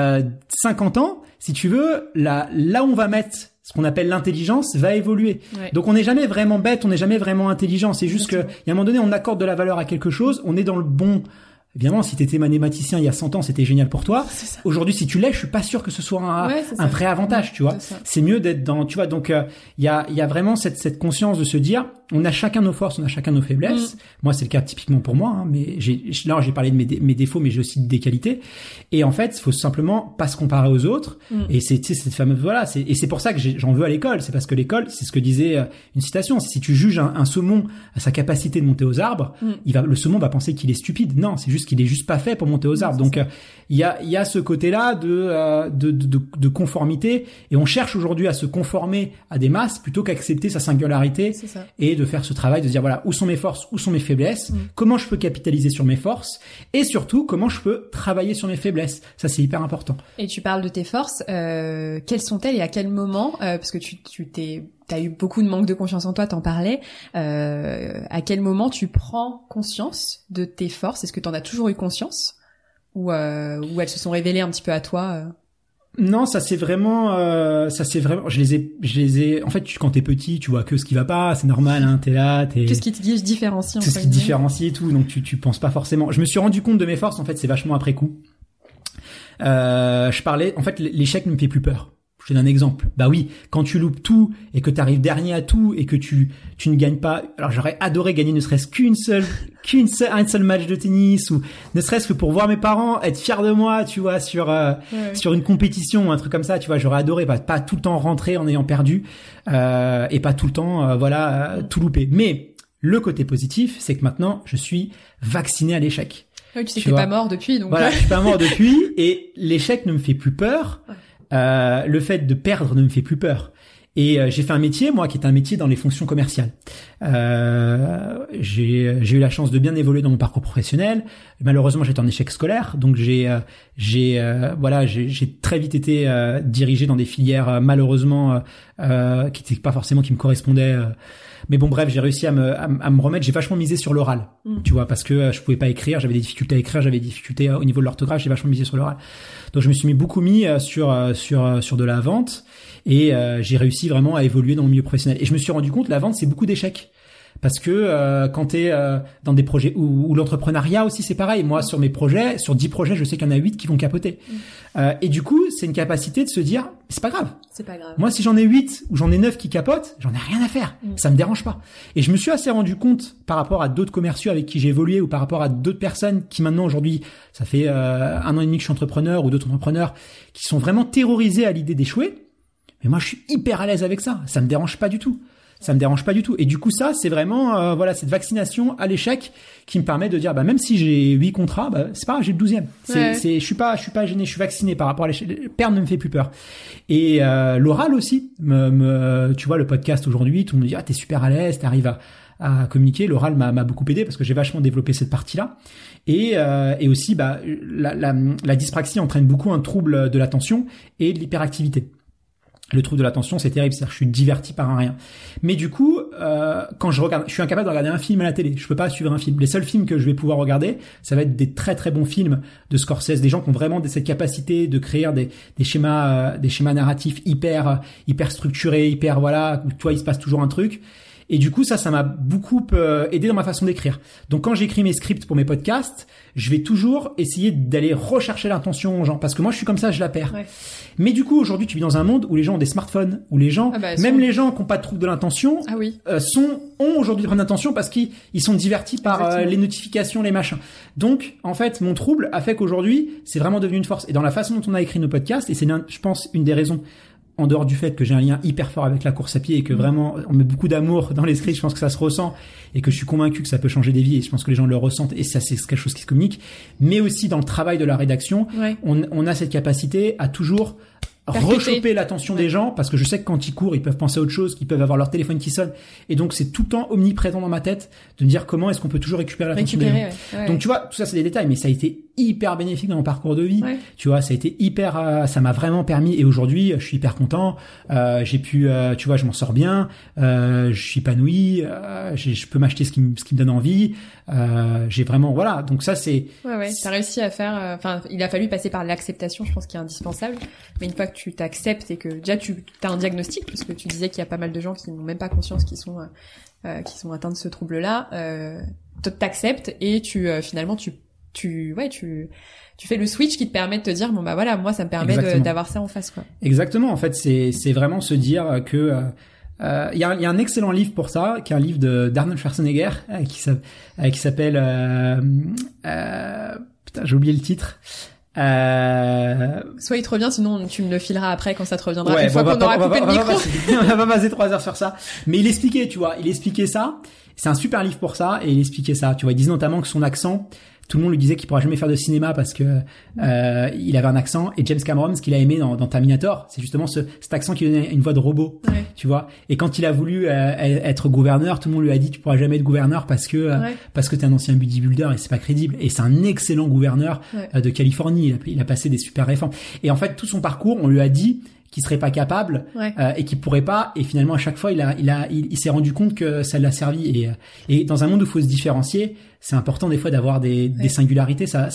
50 ans, si tu veux, là où on va mettre ce qu'on appelle l'intelligence va évoluer. Ouais. Donc on n'est jamais vraiment bête, on n'est jamais vraiment intelligent. C'est juste que, il y a un moment donné, on accorde de la valeur à quelque chose, on est dans le bon. Évidemment, si t'étais mathématicien il y a 100 ans, c'était génial pour toi. Aujourd'hui, si tu l'es, je suis pas sûr que ce soit un vrai avantage, tu vois. C'est mieux d'être dans, tu vois. Donc, il y a vraiment cette conscience de se dire, on a chacun nos forces, on a chacun nos faiblesses. Moi, c'est le cas typiquement pour moi, hein, mais j'ai parlé de mes défauts, mais j'ai aussi des qualités. Et en fait, il faut simplement pas se comparer aux autres. Et c'est, tu sais, cette fameuse, voilà, et c'est pour ça que j'en veux à l'école. C'est parce que l'école, c'est ce que disait une citation. Si tu juges un saumon à sa capacité de monter aux arbres, le saumon va penser qu'il est stupide. Non, c'est juste qu'il est juste pas fait pour monter aux arbres. Donc il y a ce côté-là de conformité, et on cherche aujourd'hui à se conformer à des masses plutôt qu'accepter sa singularité et de faire ce travail de se dire voilà, où sont mes forces, où sont mes faiblesses, comment je peux capitaliser sur mes forces, et surtout comment je peux travailler sur mes faiblesses. Ça, c'est hyper important. Et tu parles de tes forces, quelles sont-elles et à quel moment, parce que t'as eu beaucoup de manque de confiance en toi, t'en parlais. À quel moment tu prends conscience de tes forces? Est-ce que t'en as toujours eu conscience, ou elles se sont révélées un petit peu à toi? Non, ça c'est vraiment, je les ai. En fait, quand t'es petit, tu vois que ce qui va pas, c'est normal, hein, t'es là, tout ce qui te différencie. Tout ce qui te différencie et tout, donc tu penses pas forcément. Je me suis rendu compte de mes forces, en fait, c'est vachement après coup. Je parlais, en fait, l'échec ne me fait plus peur. Je te donne un exemple. Bah oui, quand tu loupes tout et que tu arrives dernier à tout et que tu ne gagnes pas. Alors j'aurais adoré gagner ne serait-ce un seul match de tennis ou ne serait-ce que pour voir mes parents être fiers de moi, tu vois, sur une compétition ou un truc comme ça, tu vois, j'aurais adoré pas tout le temps rentrer en ayant perdu et pas tout le temps tout louper. Mais le côté positif, c'est que maintenant je suis vacciné à l'échec. Oui, tu sais que t'es pas mort depuis, donc. Voilà, je suis pas mort depuis et l'échec ne me fait plus peur. Ouais. Le fait de perdre ne me fait plus peur. Et j'ai fait un métier, moi, qui est un métier dans les fonctions commerciales. J'ai eu la chance de bien évoluer dans mon parcours professionnel. Malheureusement, j'étais en échec scolaire, donc j'ai très vite été dirigé dans des filières malheureusement qui n'étaient pas forcément qui me correspondaient. Mais bon, bref, j'ai réussi à me remettre. J'ai vachement misé sur l'oral, tu vois, parce que je pouvais pas écrire, j'avais des difficultés à écrire, j'avais des difficultés au niveau de l'orthographe, j'ai vachement misé sur l'oral. Donc je me suis beaucoup mis sur de la vente et j'ai réussi vraiment à évoluer dans le milieu professionnel. Et je me suis rendu compte, la vente, c'est beaucoup d'échecs. Parce que quand t'es dans des projets ou l'entrepreneuriat aussi, c'est pareil. Moi, sur 10 projets, je sais qu'il y en a 8 qui vont capoter. Et du coup, c'est une capacité de se dire, c'est pas grave. C'est pas grave. Moi, si j'en ai 8 ou j'en ai 9 qui capotent, j'en ai rien à faire. Ça me dérange pas. Et je me suis assez rendu compte par rapport à d'autres commerciaux avec qui j'ai évolué ou par rapport à d'autres personnes qui maintenant aujourd'hui, ça fait 1 an et demi que je suis entrepreneur ou d'autres entrepreneurs qui sont vraiment terrorisés à l'idée d'échouer. Mais moi, je suis hyper à l'aise avec ça. Ça me dérange pas du tout. Ça me dérange pas du tout. Et du coup, ça, c'est vraiment cette vaccination à l'échec qui me permet de dire, même si j'ai 8 contrats, c'est pas grave, j'ai le 12e. Je suis pas gêné, je suis vacciné par rapport à l'échec. Perdre ne me fait plus peur. Et l'oral aussi, tu vois, le podcast aujourd'hui, tout le monde me dit, t'es super à l'aise, t'arrives à communiquer. L'oral m'a beaucoup aidé parce que j'ai vachement développé cette partie-là. Et aussi, la dyspraxie entraîne beaucoup un trouble de l'attention et de l'hyperactivité. Le trouble de l'attention, c'est terrible, c'est-à-dire que je suis diverti par un rien. Mais du coup, quand je suis incapable de regarder un film à la télé. Je peux pas suivre un film. Les seuls films que je vais pouvoir regarder, ça va être des très très bons films de Scorsese, des gens qui ont vraiment cette capacité de créer des schémas narratifs hyper structurés, où toi il se passe toujours un truc. Et du coup, ça m'a beaucoup aidé dans ma façon d'écrire. Donc, quand j'écris mes scripts pour mes podcasts, je vais toujours essayer d'aller rechercher l'intention aux gens. Parce que moi, je suis comme ça, je la perds. Ouais. Mais du coup, aujourd'hui, tu vis dans un monde où les gens ont des smartphones, où les gens, les gens qui n'ont pas de trouble de l'intention, ont aujourd'hui des problèmes d'intention parce qu'ils sont divertis par les notifications, les machins. Donc, en fait, mon trouble a fait qu'aujourd'hui, c'est vraiment devenu une force. Et dans la façon dont on a écrit nos podcasts, et c'est, je pense, une des raisons, en dehors du fait que j'ai un lien hyper fort avec la course à pied et que vraiment on met beaucoup d'amour dans les scripts, je pense que ça se ressent et que je suis convaincu que ça peut changer des vies et je pense que les gens le ressentent et ça c'est quelque chose qui se communique, mais aussi dans le travail de la rédaction, on a cette capacité à toujours rechoper l'attention des gens parce que je sais que quand ils courent, ils peuvent penser à autre chose, qu'ils peuvent avoir leur téléphone qui sonne et donc c'est tout le temps omniprésent dans ma tête de me dire comment est-ce qu'on peut toujours récupérer l'attention des gens. Donc tu vois, tout ça c'est des détails mais ça a été hyper bénéfique dans mon parcours de vie. Tu vois, ça a été ça m'a vraiment permis et aujourd'hui, je suis hyper content. J'ai pu tu vois, je m'en sors bien, je suis épanoui, je peux m'acheter ce qui me donne envie. J'ai vraiment donc ça c'est t'as réussi à faire il a fallu passer par l'acceptation, je pense qui est indispensable. Mais une fois que tu t'acceptes et que déjà tu as un diagnostic parce que tu disais qu'il y a pas mal de gens qui n'ont même pas conscience qu'ils sont atteints de ce trouble-là, t'acceptes et tu finalement tu fais le switch qui te permet de te dire moi ça me permet d'avoir ça en face quoi. Exactement, en fait c'est vraiment se dire que il y a un excellent livre pour ça qui est un livre d'Arnold Schwarzenegger qui s'appelle j'ai oublié le titre. Soit il te revient, sinon tu me le fileras après quand ça te reviendra. Une fois qu'on aura coupé le micro. On va pas passer 3 heures sur ça. Mais il expliquait ça. C'est un super livre pour ça et il expliquait ça. Tu vois, il disait notamment que son accent, tout le monde lui disait qu'il pourra jamais faire de cinéma parce que il avait un accent. Et James Cameron, ce qu'il a aimé dans Terminator, c'est justement cet accent qui donnait une voix de robot. Tu vois. Et quand il a voulu être gouverneur, tout le monde lui a dit tu pourras jamais être gouverneur parce que t'es un ancien bodybuilder et c'est pas crédible. Et c'est un excellent gouverneur de Californie. Il a passé des super réformes. Et en fait, tout son parcours, on lui a dit qu'il serait pas capable et qu'il pourrait pas. Et finalement, à chaque fois, il s'est rendu compte que ça l'a servi. Et dans un monde où il faut se différencier, c'est important des fois d'avoir des singularités. Ça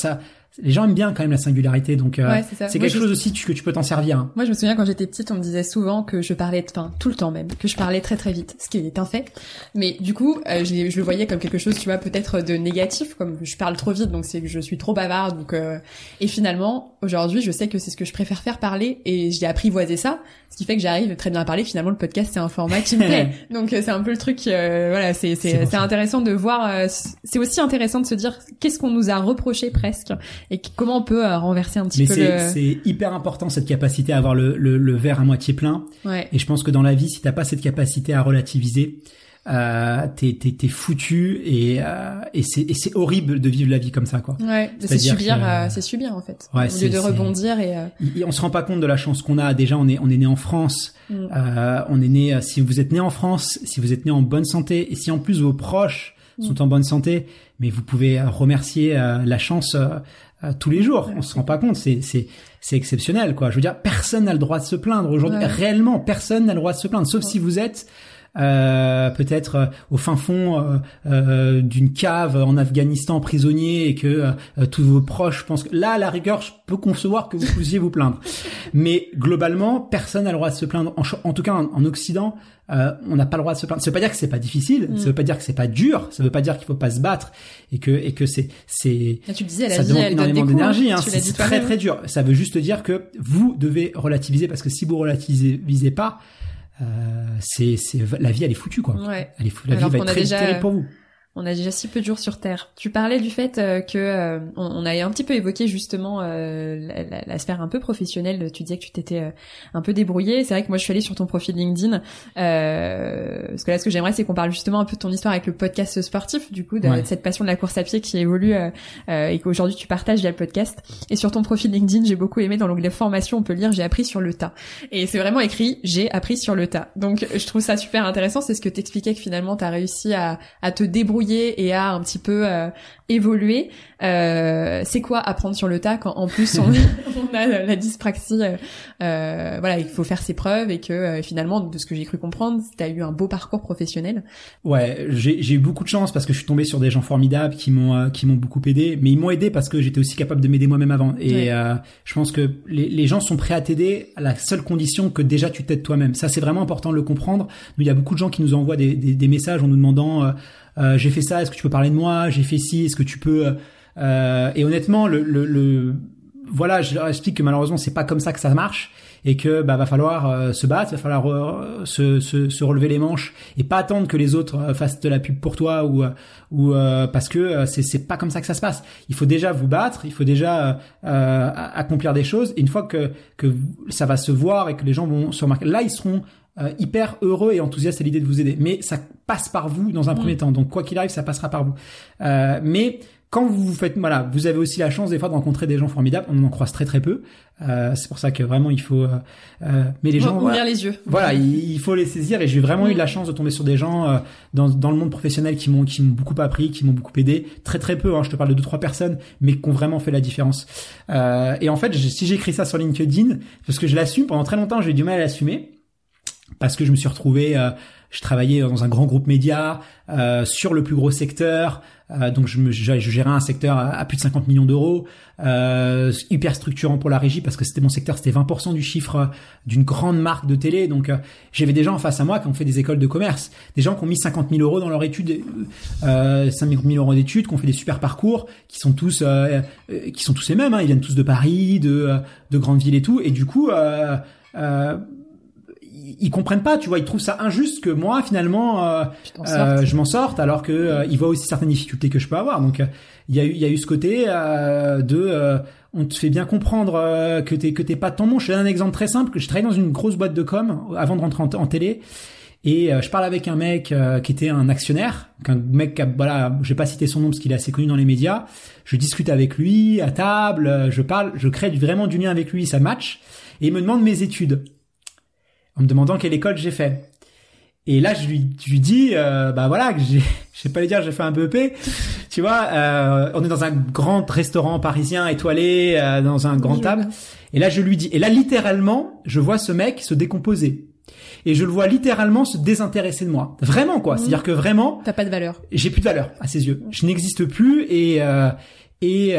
les gens aiment bien quand même la singularité, donc c'est quelque chose aussi que tu peux t'en servir. Hein. Moi, je me souviens quand j'étais petite, on me disait souvent que je parlais, tout le temps même, que je parlais très très vite, ce qui est un fait. Mais du coup, je le voyais comme quelque chose, tu vois, peut-être de négatif, comme je parle trop vite, donc c'est que je suis trop bavarde. Donc, et finalement, aujourd'hui, je sais que c'est ce que je préfère faire, parler, et j'ai apprivoisé ça, ce qui fait que j'arrive très bien à parler. Finalement, le podcast, c'est un format qui me plaît. Donc, c'est un peu le truc, voilà, c'est intéressant de voir. C'est aussi intéressant de se dire qu'est-ce qu'on nous a reproché presque. Et comment on peut renverser un petit peu c'est hyper important cette capacité à avoir le verre à moitié plein. Ouais. Et je pense que dans la vie, si t'as pas cette capacité à relativiser, t'es foutu et c'est horrible de vivre la vie comme ça, quoi. Ouais, c'est subir en fait. Ouais, au lieu de rebondir et on se rend pas compte de la chance qu'on a. Déjà, on est né en France. On est né. Si vous êtes né en France, si vous êtes né en bonne santé, et si en plus vos proches sont en bonne santé, mais vous pouvez remercier la chance tous les jours. On se rend pas compte, c'est exceptionnel, quoi. Je veux dire, personne n'a le droit de se plaindre aujourd'hui. Réellement, personne n'a le droit de se plaindre, sauf si vous êtes peut-être au fin fond d'une cave en Afghanistan prisonnier et que tous vos proches pensent que là, à la rigueur, je peux concevoir que vous puissiez vous plaindre. Mais globalement, personne n'a le droit de se plaindre. En tout cas, en Occident, on n'a pas le droit de se plaindre. Ça veut pas dire que c'est pas difficile, ça veut pas dire que c'est pas dur, ça veut pas dire qu'il faut pas se battre et que c'est là, tu le disais, ça demande énormément d'énergie, hein, c'est très très dur. Ça veut juste dire que vous devez relativiser, parce que si vous relativisez pas, la vie elle est foutue, quoi. Ouais. La vie va être très terrible pour vous. On a déjà si peu de jours sur Terre. Tu parlais du fait que on a un petit peu évoqué justement la sphère un peu professionnelle. Tu disais que tu t'étais un peu débrouillée. C'est vrai que moi je suis allée sur ton profil LinkedIn parce que là ce que j'aimerais c'est qu'on parle justement un peu de ton histoire avec le podcast sportif, du coup de cette passion de la course à pied qui évolue et qu'aujourd'hui tu partages via le podcast. Et sur ton profil LinkedIn, j'ai beaucoup aimé, dans l'onglet formation, on peut lire j'ai appris sur le tas. Et c'est vraiment écrit j'ai appris sur le tas. Donc je trouve ça super intéressant. C'est ce que t'expliquais, que finalement t'as réussi à te débrouiller et à un petit peu évoluer. C'est quoi apprendre sur le tas quand en plus on a la dyspraxie, voilà, il faut faire ses preuves et que finalement, de ce que j'ai cru comprendre, t'as eu un beau parcours professionnel. Ouais, j'ai eu beaucoup de chance parce que je suis tombé sur des gens formidables qui m'ont beaucoup aidé, mais ils m'ont aidé parce que j'étais aussi capable de m'aider moi-même avant. Et je pense que les gens sont prêts à t'aider à la seule condition que déjà tu t'aides toi-même. Ça, c'est vraiment important de le comprendre. Nous, il y a beaucoup de gens qui nous envoient des messages en nous demandant j'ai fait ça, est-ce que tu peux parler de moi? J'ai fait ci, est-ce que tu peux et honnêtement, voilà, je leur explique que malheureusement c'est pas comme ça que ça marche et que va falloir se battre, va falloir se relever les manches et pas attendre que les autres fassent de la pub pour toi ou parce que c'est pas comme ça que ça se passe. Il faut déjà vous battre, il faut déjà accomplir des choses, et une fois que ça va se voir et que les gens vont se remarquer, là ils seront hyper heureux et enthousiastes à l'idée de vous aider. Mais ça passe par vous dans un premier temps. Donc quoi qu'il arrive, ça passera par vous. Mais quand vous faites, voilà, vous avez aussi la chance des fois de rencontrer des gens formidables. On en croise très très peu. C'est pour ça que vraiment il faut. Mais les gens, ouvrir les yeux. Voilà, il faut les saisir. Et j'ai vraiment eu de la chance de tomber sur des gens dans le monde professionnel qui m'ont beaucoup appris, qui m'ont beaucoup aidé. Très très peu. Hein, je te parle de 2-3 personnes, mais qui ont vraiment fait la différence. Et en fait, si j'écris ça sur LinkedIn, parce que je l'assume, pendant très longtemps, j'ai eu du mal à l'assumer. Parce que je me suis retrouvé, je travaillais dans un grand groupe média, sur le plus gros secteur, donc je gérais un secteur à plus de 50 millions d'euros, hyper structurant pour la régie parce que c'était mon secteur, c'était 20% du chiffre d'une grande marque de télé, donc j'avais des gens en face à moi qui ont fait des écoles de commerce, des gens qui ont mis 50 000 euros dans leur étude, 50 000 euros d'études, qui ont fait des super parcours, qui sont tous les mêmes, hein, ils viennent tous de Paris, de grandes villes et tout, et du coup, ils comprennent pas, tu vois, ils trouvent ça injuste que moi finalement je m'en sorte alors que ils voient aussi certaines difficultés que je peux avoir. Donc il y a eu ce côté on te fait bien comprendre que t'es pas tant bon. Je te donne un exemple très simple, que je travaillais dans une grosse boîte de com avant de rentrer en télé, et je parle avec un mec qui était un actionnaire, un mec voilà, je vais pas citer son nom parce qu'il est assez connu dans les médias. Je discute avec lui à table, je crée vraiment du lien avec lui, ça match, et il me demande mes études, en me demandant quelle école j'ai fait. Et là, je lui dis, voilà, que je vais pas lui dire, j'ai fait un BEP. Tu vois, on est dans un grand restaurant parisien étoilé, dans un grand table. Et là, je lui dis, et là, littéralement, je vois ce mec se décomposer. Et je le vois littéralement se désintéresser de moi. Vraiment, quoi. C'est-à-dire que vraiment. T'as pas de valeur. J'ai plus de valeur à ses yeux. Je n'existe plus, et et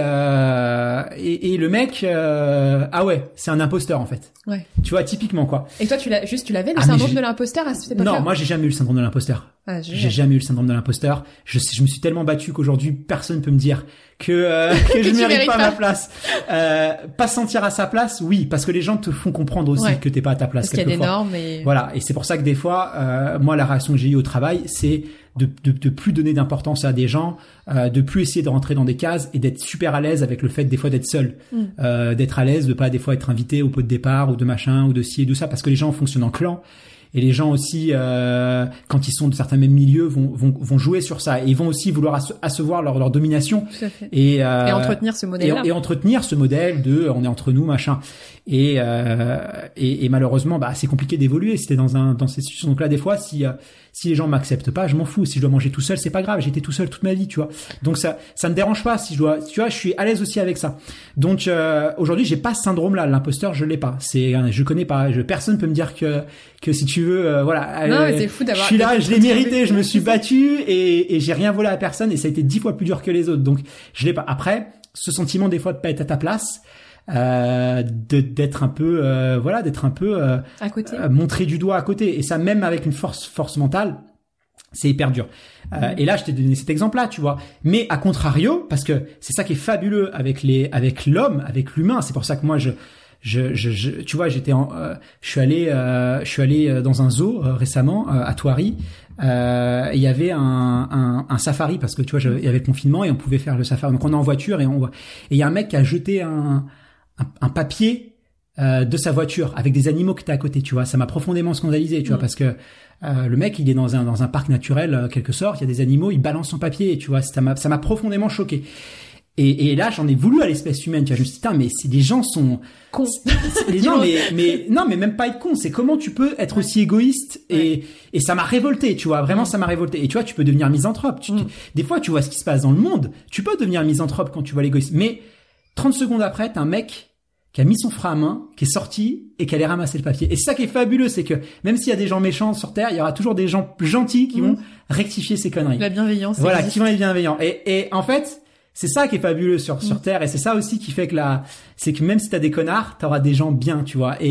le mec ah ouais, c'est un imposteur en fait. Ouais. Tu vois, typiquement quoi. Et toi tu l'avais le syndrome de l'imposteur à cette époque-là? Non, moi j'ai jamais eu le syndrome de l'imposteur. Ah, j'ai jamais eu le syndrome de l'imposteur. Je me suis tellement battu qu'aujourd'hui personne peut me dire que je mérite pas ma place. Pas se sentir à sa place, oui, parce que les gens te font comprendre aussi que t'es pas à ta place. Parce qu'il y a des normes et voilà, et c'est pour ça que des fois, moi la réaction que j'ai eue au travail, c'est de plus donner d'importance à des gens, de plus essayer de rentrer dans des cases et d'être super à l'aise avec le fait des fois d'être seul, d'être à l'aise, de pas des fois être invité au pot de départ ou de machin ou de ci et de ça, parce que les gens fonctionnent en clan. Et les gens aussi, quand ils sont de certains mêmes milieux, vont jouer sur ça. Et ils vont aussi vouloir asseoir leur domination. Tout à fait. Et entretenir ce modèle-là. Et entretenir ce modèle de on est entre nous, machin. Et malheureusement, c'est compliqué d'évoluer. Si t'es dans cette situation. Donc là, des fois, si les gens m'acceptent pas, je m'en fous. Si je dois manger tout seul, c'est pas grave. J'ai été tout seul toute ma vie, tu vois. Donc ça me dérange pas. Si je dois, tu vois, je suis à l'aise aussi avec ça. Donc aujourd'hui, j'ai pas ce syndrome-là. L'imposteur, je l'ai pas. Je connais pas. Personne peut me dire que si tu veux, voilà. Non, mais c'est fou d'avoir. Je suis là, je l'ai mérité. Je me suis battu et j'ai rien volé à personne et ça a été 10 fois plus dur que les autres. Donc je l'ai pas. Après, ce sentiment des fois de pas être à ta place. D'être un peu d'être un peu à côté, montré du doigt à côté, et ça même avec une force mentale, c'est hyper dur. Et là je t'ai donné cet exemple là, tu vois, mais à contrario, parce que c'est ça qui est fabuleux avec l'homme, avec l'humain, c'est pour ça que moi tu vois, je suis allé dans un zoo récemment à Thoiry. Il y avait un safari, parce que tu vois, il y avait le confinement et on pouvait faire le safari. Donc on est en voiture et il y a un mec qui a jeté un papier de sa voiture avec des animaux qui étaient à côté, tu vois. Ça m'a profondément scandalisé, tu vois, parce que le mec, il est dans un parc naturel quelque sorte, il y a des animaux, il balance son papier, tu vois. Ça m'a profondément choqué. Et là, j'en ai voulu à l'espèce humaine, tu vois. Je me suis dit, putain, mais si les gens sont cons. Non, mais même pas être con. C'est comment tu peux être aussi égoïste et ça m'a révolté, tu vois. Vraiment, ça m'a révolté. Et tu vois, tu peux devenir misanthrope. Des fois, tu vois ce qui se passe dans le monde. Tu peux devenir misanthrope quand tu vois l'égoïsme. Mais 30 secondes après, t'as un mec qui a mis son frein à main, qui est sorti et qui allait ramasser le papier. Et c'est ça qui est fabuleux, c'est que même s'il y a des gens méchants sur Terre, il y aura toujours des gens gentils qui vont rectifier ces conneries. La bienveillance. Voilà, qui vont être bienveillants. Et en fait, c'est ça qui est fabuleux sur Terre, et c'est ça aussi qui fait que c'est que même si t'as des connards, t'auras des gens bien, tu vois.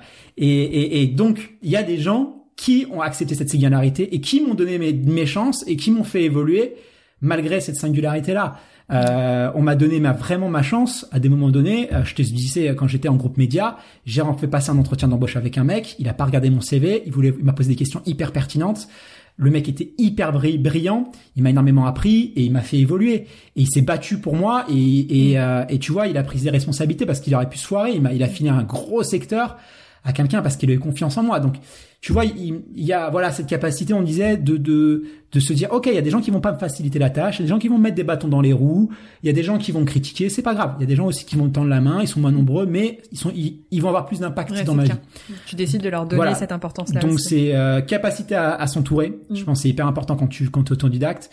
Et donc, il y a des gens qui ont accepté cette singularité et qui m'ont donné mes chances et qui m'ont fait évoluer malgré cette singularité-là. On m'a donné vraiment ma chance à des moments donnés. Je te disais, quand j'étais en groupe média, j'ai fait passer un entretien d'embauche avec un mec. Il a pas regardé mon CV. Il m'a posé des questions hyper pertinentes. Le mec était hyper brillant. Il m'a énormément appris et il m'a fait évoluer. Et il s'est battu pour moi et tu vois, il a pris des responsabilités parce qu'il aurait pu se foirer. Il a fini un gros secteur à quelqu'un parce qu'il a eu confiance en moi. Donc, tu vois, il y a, voilà, cette capacité, on disait, de se dire, OK, il y a des gens qui vont pas me faciliter la tâche, il y a des gens qui vont me mettre des bâtons dans les roues, il y a des gens qui vont me critiquer, c'est pas grave. Il y a des gens aussi qui vont me tendre la main, ils sont moins nombreux, mais ils vont avoir plus d'impact dans ma vie. Tu décides de leur donner cette importance-là. Donc, c'est, capacité à s'entourer. Je pense que c'est hyper important quand tu es autodidacte,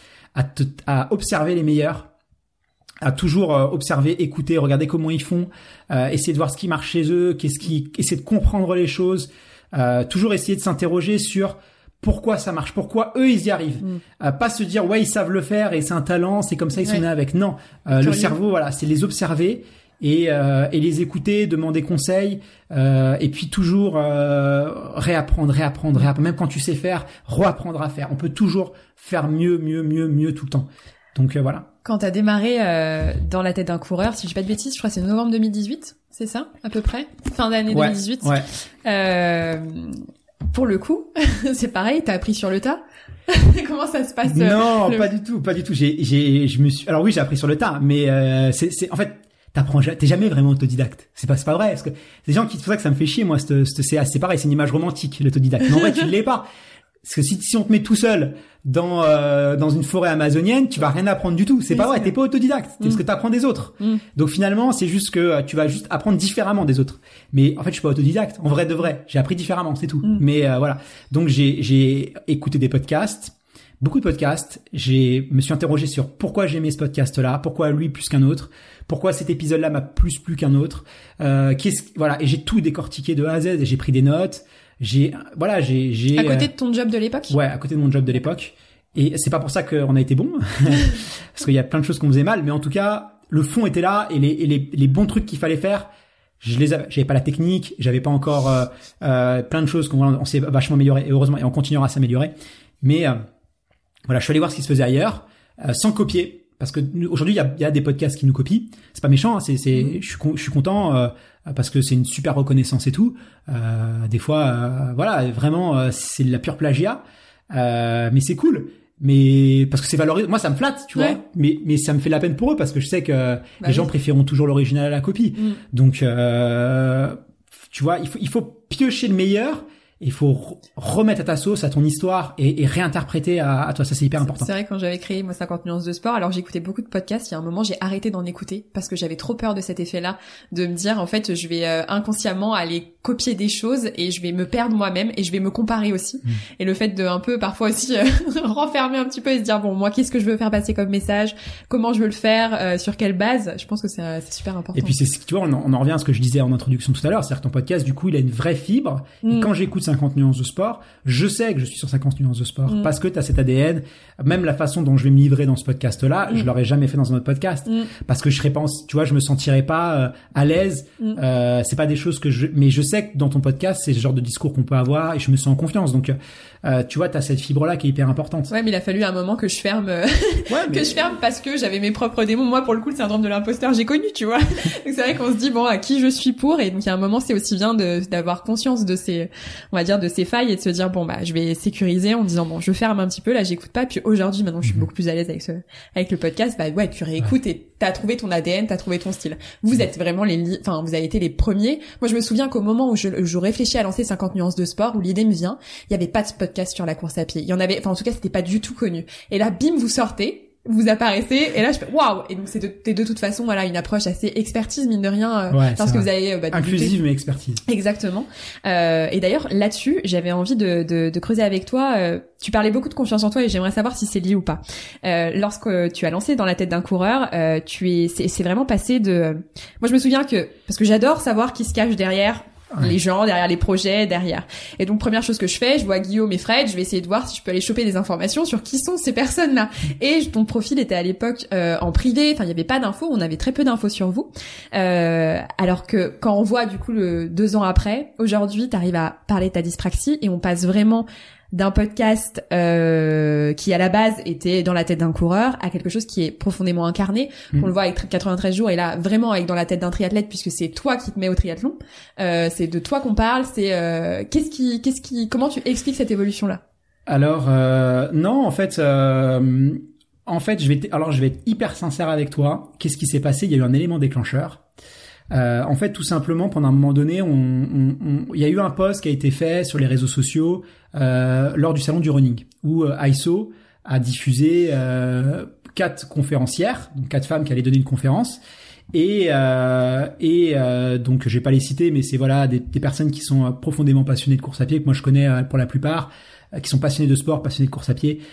à observer les meilleurs, à toujours observer, écouter, regarder comment ils font, essayer de voir ce qui marche chez eux, essayer de comprendre les choses, toujours essayer de s'interroger sur pourquoi ça marche, pourquoi eux ils y arrivent, pas se dire ouais ils savent le faire et c'est un talent, c'est comme ça ils sont nés avec. Non, le cerveau, voilà, c'est les observer et les écouter, demander conseil, et puis toujours réapprendre, même quand tu sais faire, reapprendre à faire. On peut toujours faire mieux tout le temps. Donc voilà. Quand t'as démarré dans la tête d'un coureur, si je dis pas de bêtises, je crois que c'est novembre 2018, c'est ça, à peu près, fin d'année 2018. Ouais. Pour le coup, c'est pareil, t'as appris sur le tas. Comment ça se passe? Non, pas du tout. Alors oui, j'ai appris sur le tas, mais c'est en fait, t'es jamais vraiment autodidacte. C'est pas vrai, parce que des gens c'est pour ça que ça me fait chier, moi. C'est pareil, c'est une image romantique, l'autodidacte. Mais en vrai, tu l'es pas. Parce que si on te met tout seul dans une forêt amazonienne, tu vas rien apprendre du tout. C'est pas vrai, t'es pas autodidacte. C'est ce que t'apprends des autres. Donc finalement, c'est juste que tu vas juste apprendre différemment des autres. Mais en fait, je suis pas autodidacte. En vrai de vrai, j'ai appris différemment, c'est tout. Mais voilà. Donc j'ai écouté des podcasts, beaucoup de podcasts. Me suis interrogé sur pourquoi j'aimais ce podcast-là, pourquoi lui plus qu'un autre, pourquoi cet épisode-là m'a plus plu qu'un autre. Voilà. Et j'ai tout décortiqué de A à Z. Et j'ai pris des notes. À côté de ton job de l'époque? Ouais, à côté de mon job de l'époque. Et c'est pas pour ça qu'on a été bon, parce qu'il y a plein de choses qu'on faisait mal, mais en tout cas, le fond était là et les bons trucs qu'il fallait faire, j'avais pas la technique, j'avais pas encore plein de choses on s'est vachement amélioré et heureusement et on continuera à s'améliorer. Mais voilà, je suis allé voir ce qui se faisait ailleurs sans copier. Parce que aujourd'hui, il y a des podcasts qui nous copient. C'est pas méchant, hein, je suis content parce que c'est une super reconnaissance et tout. Des fois, voilà, vraiment, c'est de la pure plagiat, mais c'est cool. Mais parce que c'est valorisé, moi ça me flatte, tu vois. Mais ça me fait la peine pour eux parce que je sais que les gens préféreront toujours l'original à la copie. Donc, tu vois, il faut piocher le meilleur. Il faut remettre à ta sauce, à ton histoire et réinterpréter à toi. Ça, c'est hyper important. C'est vrai, quand j'avais créé, moi, 50 nuances de sport, alors j'écoutais beaucoup de podcasts. Il y a un moment, j'ai arrêté d'en écouter parce que j'avais trop peur de cet effet-là, de me dire, en fait, je vais inconsciemment aller copier des choses et je vais me perdre moi-même et je vais me comparer aussi. Et le fait de un peu, parfois aussi, renfermer un petit peu et se dire, bon, moi, qu'est-ce que je veux faire passer comme message? Comment je veux le faire? Sur quelle base? Je pense que c'est super important. Et puis, tu vois, on en revient à ce que je disais en introduction tout à l'heure. C'est-à-dire que ton podcast, du coup, il a une vraie fibre. Et quand j'écoute 50 nuances de sport, je sais que je suis sur 50 nuances de sport parce que tu as cet ADN. Même la façon dont je vais me livrer dans ce podcast-là, je l'aurais jamais fait dans un autre podcast parce que je serais pas, tu vois, je me sentirais pas à l'aise. C'est pas des choses mais je sais que dans ton podcast, c'est ce genre de discours qu'on peut avoir et je me sens en confiance. Donc, tu vois, t'as cette fibre-là qui est hyper importante. Ouais, mais il a fallu un moment que je ferme, je ferme parce que j'avais mes propres démons. Moi, pour le coup, le syndrome de l'imposteur, j'ai connu, tu vois. Donc c'est vrai qu'on se dit, bon, à qui je suis pour? Et donc, il y a un moment, c'est aussi bien d'avoir conscience de ces failles et de se dire, bon, bah, je vais sécuriser en disant, bon, je ferme un petit peu, là, j'écoute pas. Puis aujourd'hui, maintenant, je suis beaucoup plus à l'aise avec le podcast. Bah, ouais, tu réécoutes et t'as trouvé ton ADN, t'as trouvé ton style. Vous êtes vraiment vous avez été les premiers. Moi, je me souviens qu'au moment où je réfléchis à lancer 50 nuances de sport, où l'idée me vient, il y avait pas de podcast sur la course à pied. Il y en avait, enfin, en tout cas, c'était pas du tout connu. Et là, bim, vous sortez, vous apparaissez, et là, je fais, waouh! Et donc, c'est de toute façon, voilà, une approche assez expertise, mine de rien, parce que vous avez, inclusive, mais expertise. Exactement. Et d'ailleurs, là-dessus, j'avais envie de creuser avec toi, tu parlais beaucoup de confiance en toi et j'aimerais savoir si c'est lié ou pas. Lorsque tu as lancé Dans la tête d'un coureur, c'est vraiment passé de, moi, je me souviens parce que j'adore savoir qui se cache derrière les gens, derrière les projets, derrière. Et donc, première chose que je fais, je vois Guillaume et Fred, je vais essayer de voir si je peux aller choper des informations sur qui sont ces personnes-là. Et ton profil était à l'époque en privé, enfin, il y avait pas d'infos, on avait très peu d'infos sur vous. Alors que quand on voit, du coup, 2 ans après, aujourd'hui, t'arrives à parler de ta dyspraxie et on passe vraiment d'un podcast qui à la base était Dans la tête d'un coureur à quelque chose qui est profondément incarné, qu'on le voit avec 93 jours et là vraiment avec Dans la tête d'un triathlète puisque c'est toi qui te mets au triathlon, c'est de toi qu'on parle, c'est comment tu expliques cette évolution là? Alors non, en fait je vais être hyper sincère avec toi. Qu'est-ce qui s'est passé? Il y a eu un élément déclencheur. En fait, tout simplement, pendant un moment donné, il y a eu un post qui a été fait sur les réseaux sociaux lors du salon du running, où ISO a diffusé 4 conférencières, donc 4 femmes qui allaient donner une conférence, et donc je vais pas les citer, mais c'est voilà des personnes qui sont profondément passionnées de course à pied, que moi je connais pour la plupart, qui sont passionnés de sport, passionnés de course à pied,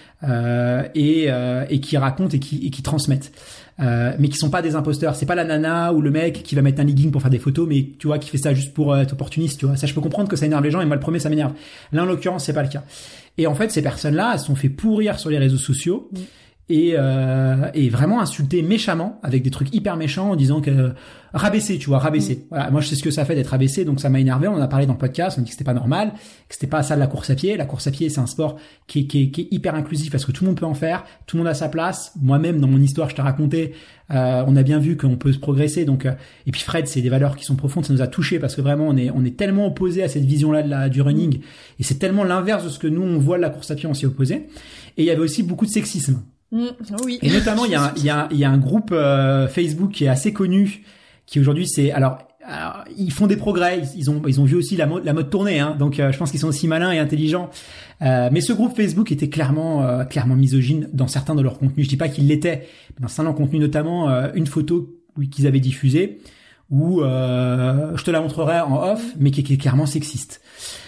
et qui racontent et qui transmettent. Mais qui sont pas des imposteurs. C'est pas la nana ou le mec qui va mettre un legging pour faire des photos, mais tu vois, qui fait ça juste pour être opportuniste, tu vois. Ça, je peux comprendre que ça énerve les gens, et moi, le premier, ça m'énerve. Là, en l'occurrence, c'est pas le cas. Et en fait, ces personnes-là, elles se sont fait pourrir sur les réseaux sociaux, et vraiment insulter méchamment, avec des trucs hyper méchants, en disant que, rabaisser. Voilà. Moi, je sais ce que ça fait d'être rabaissé, donc ça m'a énervé. On en a parlé dans le podcast, on dit que c'était pas normal, que c'était pas ça de la course à pied. La course à pied, c'est un sport qui est hyper inclusif parce que tout le monde peut en faire, tout le monde a sa place. Moi-même, dans mon histoire, je t'ai raconté, on a bien vu qu'on peut se progresser. Donc, et puis Fred, c'est des valeurs qui sont profondes, ça nous a touchés parce que vraiment, on est tellement opposés à cette vision-là du running, et c'est tellement l'inverse de ce que nous on voit de la course à pied, on s'y est opposé. Et il y avait aussi beaucoup de sexisme. Oui. Et notamment, il y a un groupe Facebook qui est assez connu, qui aujourd'hui alors ils font des progrès, ils ont vu aussi la mode tourner, hein, donc je pense qu'ils sont aussi malins et intelligents. Mais ce groupe Facebook était clairement misogyne dans certains de leurs contenus. Je dis pas qu'il l'était, mais dans certains contenus, notamment une photo qu'ils avaient diffusée où je te la montrerai en off, mais qui est clairement sexiste.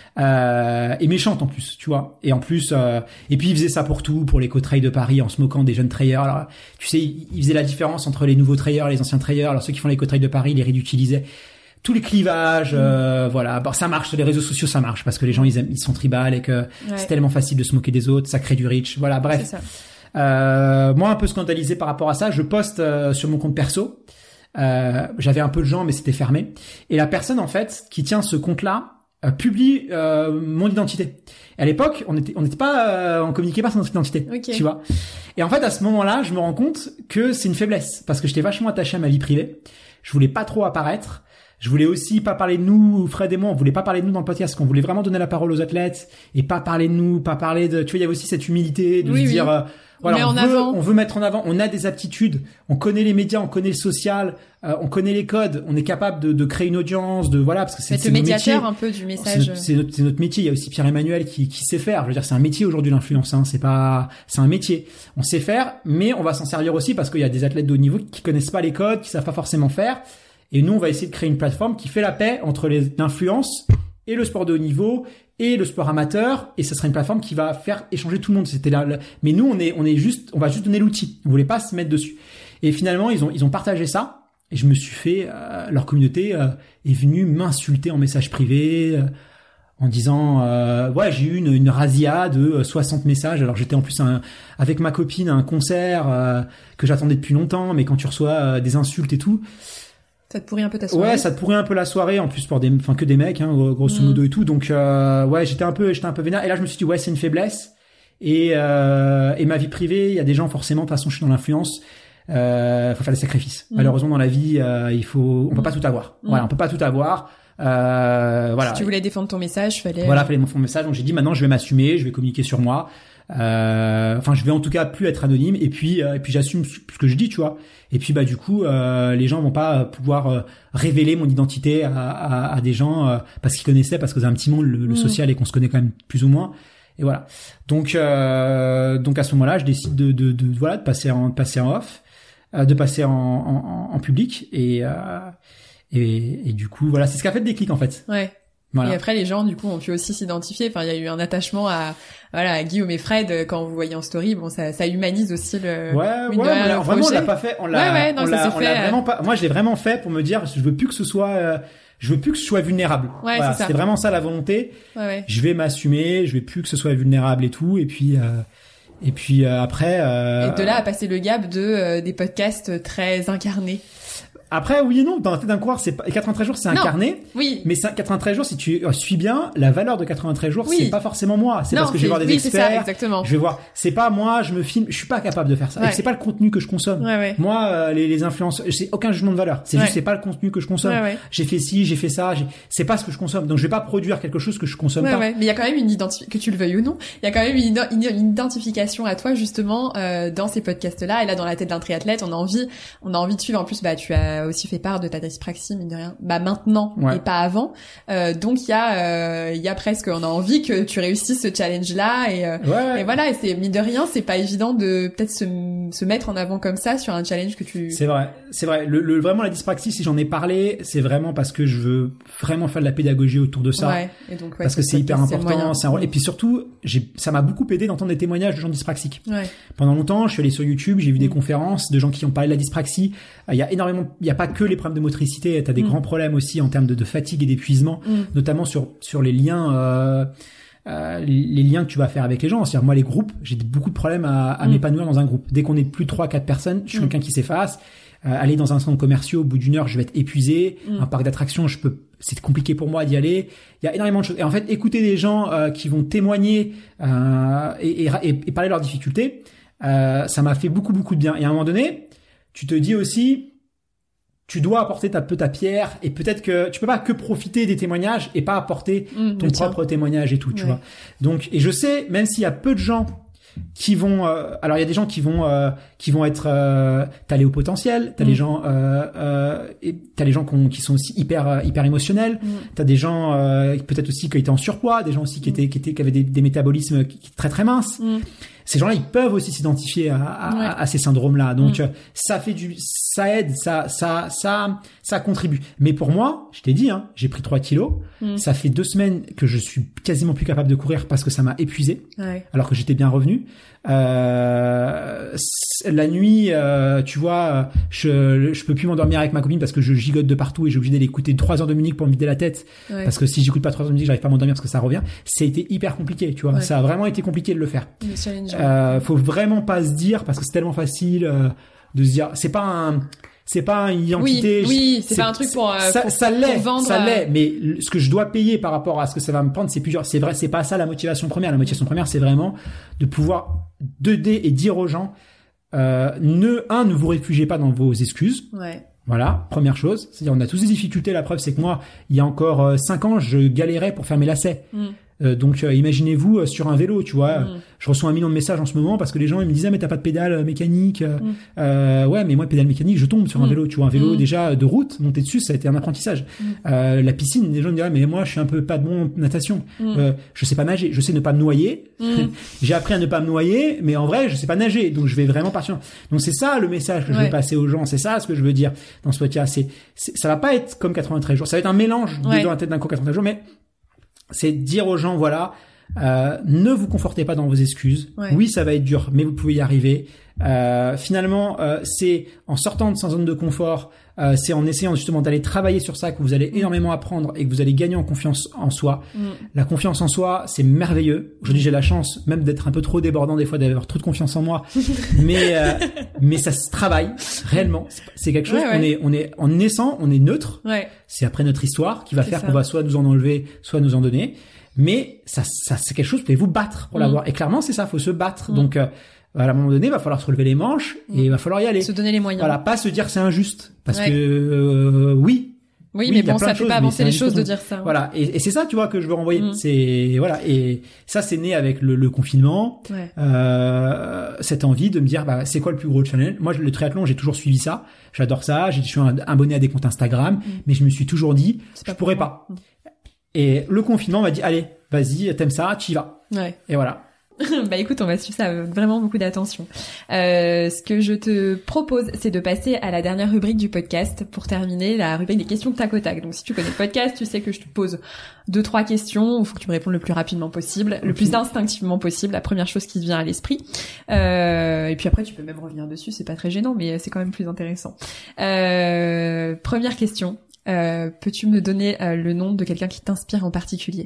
Et méchante en plus, tu vois. Et en plus, et puis ils faisaient ça pour tout, pour les co-trails de Paris, en se moquant des jeunes trailleurs. Alors, tu sais, ils faisaient la différence entre les nouveaux trailleurs et les anciens trailleurs. Alors ceux qui font les co-trails de Paris, ils les ridiculisaient. Tous les clivages, voilà. Bon, ça marche sur les réseaux sociaux, ça marche parce que les gens ils sont tribal et que c'est tellement facile de se moquer des autres, ça crée du reach. Voilà, bref. Moi, un peu scandalisé par rapport à ça, je poste sur mon compte perso. J'avais un peu de gens, mais c'était fermé. Et la personne, en fait, qui tient ce compte-là, publie mon identité. Et à l'époque, on n'était pas, on communiquait pas sur notre identité, tu vois. Et en fait, à ce moment-là, je me rends compte que c'est une faiblesse, parce que j'étais vachement attaché à ma vie privée. Je voulais pas trop apparaître. Je voulais aussi pas parler de nous, Fred et moi, on voulait pas parler de nous dans le podcast, qu'on voulait vraiment donner la parole aux athlètes et pas parler de nous, pas parler de, tu vois, il y avait aussi cette humilité de se dire, voilà, on veut mettre en avant, on a des aptitudes, on connaît les médias, on connaît le social, on connaît les codes, on est capable de créer une audience, de, voilà, parce que c'est le médiateur métier. Un peu du message. C'est notre métier. Il y a aussi Pierre-Emmanuel qui sait faire. Je veux dire, c'est un métier aujourd'hui, l'influence, hein. C'est un métier. On sait faire, mais on va s'en servir aussi parce qu'il y a des athlètes de haut niveau qui connaissent pas les codes, qui savent pas forcément faire. Et nous, on va essayer de créer une plateforme qui fait la paix entre l'influence et le sport de haut niveau et le sport amateur. Et ça sera une plateforme qui va faire échanger tout le monde. C'était là. Mais nous, on va juste donner l'outil. On voulait pas se mettre dessus. Et finalement, ils ont partagé ça. Et je me suis fait, leur communauté est venue m'insulter en message privé, en disant, ouais, j'ai eu une razzia de 60 messages. Alors j'étais en plus avec ma copine à un concert que j'attendais depuis longtemps. Mais quand tu reçois des insultes et tout. Ça te pourrit un peu ta soirée. Ouais, ça te pourrit un peu la soirée, en plus pour que des mecs, hein, grosso modo et tout. Donc, ouais, j'étais un peu vénère. Et là, je me suis dit, ouais, c'est une faiblesse. Et ma vie privée, il y a des gens, forcément, de toute façon, je suis dans l'influence. Faut faire des sacrifices. Malheureusement, dans la vie, on peut pas tout avoir. Voilà, on peut pas tout avoir. Voilà. Si tu voulais défendre ton message, fallait défendre mon message. Donc, j'ai dit, maintenant, je vais m'assumer, je vais communiquer sur moi. Je vais en tout cas plus être anonyme et puis j'assume ce que je dis, tu vois. Et puis du coup les gens vont pas pouvoir révéler mon identité à des gens parce qu'ils connaissaient, parce que c'est un petit monde le social et qu'on se connaît quand même plus ou moins. Et voilà. Donc à ce moment-là, je décide de passer en off, de passer en public et du coup voilà, c'est ce qui a fait le déclic en fait. Ouais. Voilà. Et après, les gens, du coup, ont pu aussi s'identifier. Enfin, il y a eu un attachement à Guillaume et Fred quand vous voyez en story. Bon, ça humanise aussi le. Ouais, vraiment, on l'a pas fait. On l'a vraiment pas. Moi, je l'ai vraiment fait pour me dire, je veux plus que ce soit vulnérable. Ouais, voilà, c'est ça. C'était vraiment ça la volonté. Ouais. Je vais m'assumer, je veux plus que ce soit vulnérable et tout. Et puis après. Et de là à passer le gap des podcasts très incarnés. Après, oui et non, dans la tête d'un coureur, 93 jours, c'est incarné. Oui. Mais 93 jours, si tu suis bien, la valeur de 93 jours, c'est pas forcément moi. C'est parce que je vais voir des experts. C'est ça, exactement. Je vais voir. C'est pas moi, je me filme. Je suis pas capable de faire ça. Ouais. Et c'est pas le contenu que je consomme. Ouais. Moi, les influences, c'est aucun jugement de valeur. C'est juste, c'est pas le contenu que je consomme. Ouais. J'ai fait ci, j'ai fait ça. C'est pas ce que je consomme. Donc, je vais pas produire quelque chose que je consomme pas. Ouais. Mais il y a quand même une identification, que tu le veuilles ou non. Il y a quand même une identification à toi, justement, dans ces podcasts-là. Et là, dans la tête d'un triathlète, on a envie de suivre. En plus, tu as aussi fait part de ta dyspraxie, mine de rien, maintenant et pas avant. Donc il y a presque, on a envie que tu réussisses ce challenge-là et voilà, et c'est mine de rien, c'est pas évident de peut-être se mettre en avant comme ça sur un challenge que tu. C'est vrai. Vraiment la dyspraxie, si j'en ai parlé, c'est vraiment parce que je veux vraiment faire de la pédagogie autour de ça. Ouais. Et donc parce que c'est hyper important. Et puis surtout, ça m'a beaucoup aidé d'entendre des témoignages de gens dyspraxiques. Ouais. Pendant longtemps, je suis allé sur YouTube, j'ai vu des conférences de gens qui ont parlé de la dyspraxie. Il y a pas que les problèmes de motricité, t'as des grands problèmes aussi en termes de fatigue et d'épuisement, notamment sur les liens que tu vas faire avec les gens. C'est-à-dire, moi, les groupes, j'ai beaucoup de problèmes à m'épanouir dans un groupe. Dès qu'on est plus de 3-4 personnes, je suis quelqu'un qui s'efface. Aller dans un centre commercial, au bout d'une heure, je vais être épuisé. Un parc d'attractions, c'est compliqué pour moi d'y aller. Il y a énormément de choses. Et en fait, écouter des gens qui vont témoigner et parler de leurs difficultés, ça m'a fait beaucoup de bien. Et à un moment donné, tu te dis aussi, tu dois apporter ta pierre, et peut-être que tu peux pas que profiter des témoignages et pas apporter ton propre témoignage et tout, tu vois. Donc, et je sais, même s'il y a peu de gens qui vont, alors il y a des gens qui vont être, t'as les hauts potentiels, t'as les gens, et t'as les gens qui sont aussi hyper émotionnels, t'as des gens peut-être aussi qui étaient en surpoids, des gens aussi qui avaient des métabolismes très très minces. Ces gens-là, ils peuvent aussi s'identifier à ces syndromes-là. Donc, ça aide, ça contribue. Mais pour moi, je t'ai dit, j'ai pris 3 kilos. Ça fait 2 semaines que je suis quasiment plus capable de courir parce que ça m'a épuisé. Ouais. Alors que j'étais bien revenu. La nuit, tu vois, je peux plus m'endormir avec ma copine parce que je gigote de partout et j'ai obligé d'aller écouter 3 heures de musique pour me vider la tête. Ouais. Parce que si j'écoute pas 3 heures de musique, j'arrive pas à m'endormir parce que ça revient. C'était hyper compliqué, tu vois. Ouais. Ça a vraiment été compliqué de le faire. Le challenge Faut vraiment pas se dire, parce que c'est tellement facile de se dire, c'est pas une identité. Oui, c'est pas un truc pour vendre. Ça l'est, mais ce que je dois payer par rapport à ce que ça va me prendre, c'est plusieurs. C'est vrai, c'est pas ça la motivation première. La motivation première, c'est vraiment de pouvoir d'aider et dire aux gens, ne vous réfugiez pas dans vos excuses. Ouais. Voilà, première chose. C'est-à-dire, on a tous des difficultés. La preuve, c'est que moi, il y a encore 5 ans, je galérais pour faire mes lacets. Donc imaginez-vous sur un vélo, tu vois. Je reçois 1 million de messages en ce moment parce que les gens ils me disaient mais t'as pas de pédale mécanique. Ouais, mais moi pédale mécanique, je tombe sur un vélo, tu vois, un vélo déjà de route, monter dessus, ça a été un apprentissage. La piscine, les gens me diraient mais moi je suis un peu pas de bon natation. Je sais pas nager, je sais ne pas me noyer. J'ai appris à ne pas me noyer, mais en vrai je sais pas nager, donc je vais vraiment partir. Donc c'est ça le message que je veux passer aux gens, c'est ça ce que je veux dire dans ce podcast. Ça va pas être comme 93 jours, ça va être un mélange de dans la tête d'un coup 93 jours, mais c'est dire aux gens, voilà, ne vous confortez pas dans vos excuses. Oui, ça va être dur, mais vous pouvez y arriver. Finalement, c'est en sortant de sa zone de confort, c'est en essayant justement d'aller travailler sur ça que vous allez énormément apprendre et que vous allez gagner en confiance en soi. La confiance en soi, c'est merveilleux. Aujourd'hui, j'ai la chance même d'être un peu trop débordant des fois, d'avoir trop de confiance en moi. mais ça se travaille réellement. C'est quelque chose. On est en naissant, on est neutre. C'est après notre histoire qui va faire qu'on va soit nous en enlever, soit nous en donner. Mais ça c'est quelque chose, vous pouvez vous battre pour l'avoir. Et clairement, c'est ça, faut se battre. Donc, à un moment donné, il va falloir se relever les manches et il va falloir y aller. Se donner les moyens. Voilà, pas se dire c'est injuste. Parce que, oui, mais bon, ça fait pas avancer les choses de dire ça. Voilà. Et c'est ça, tu vois, que je veux renvoyer. C'est, voilà. Et ça, c'est né avec le confinement. Cette envie de me dire, bah, c'est quoi le plus gros challenge? Moi, le triathlon, j'ai toujours suivi ça. J'adore ça. Je suis abonné à des comptes Instagram. Mais je me suis toujours dit, je pourrais pas. Et le confinement m'a dit, allez, vas-y, t'aimes ça, t'y vas. Et voilà. Bah écoute, on va suivre ça avec vraiment beaucoup d'attention. Ce que je te propose, c'est de passer à la dernière rubrique du podcast pour terminer, la rubrique des questions tac au tac. Donc si tu connais le podcast, tu sais que je te pose 2-3 questions, il faut que tu me répondes le plus rapidement possible, le plus instinctivement possible, la première chose qui te vient à l'esprit. Et puis après, tu peux même revenir dessus, c'est pas très gênant, mais c'est quand même plus intéressant. Première question, peux-tu me donner le nom de quelqu'un qui t'inspire en particulier?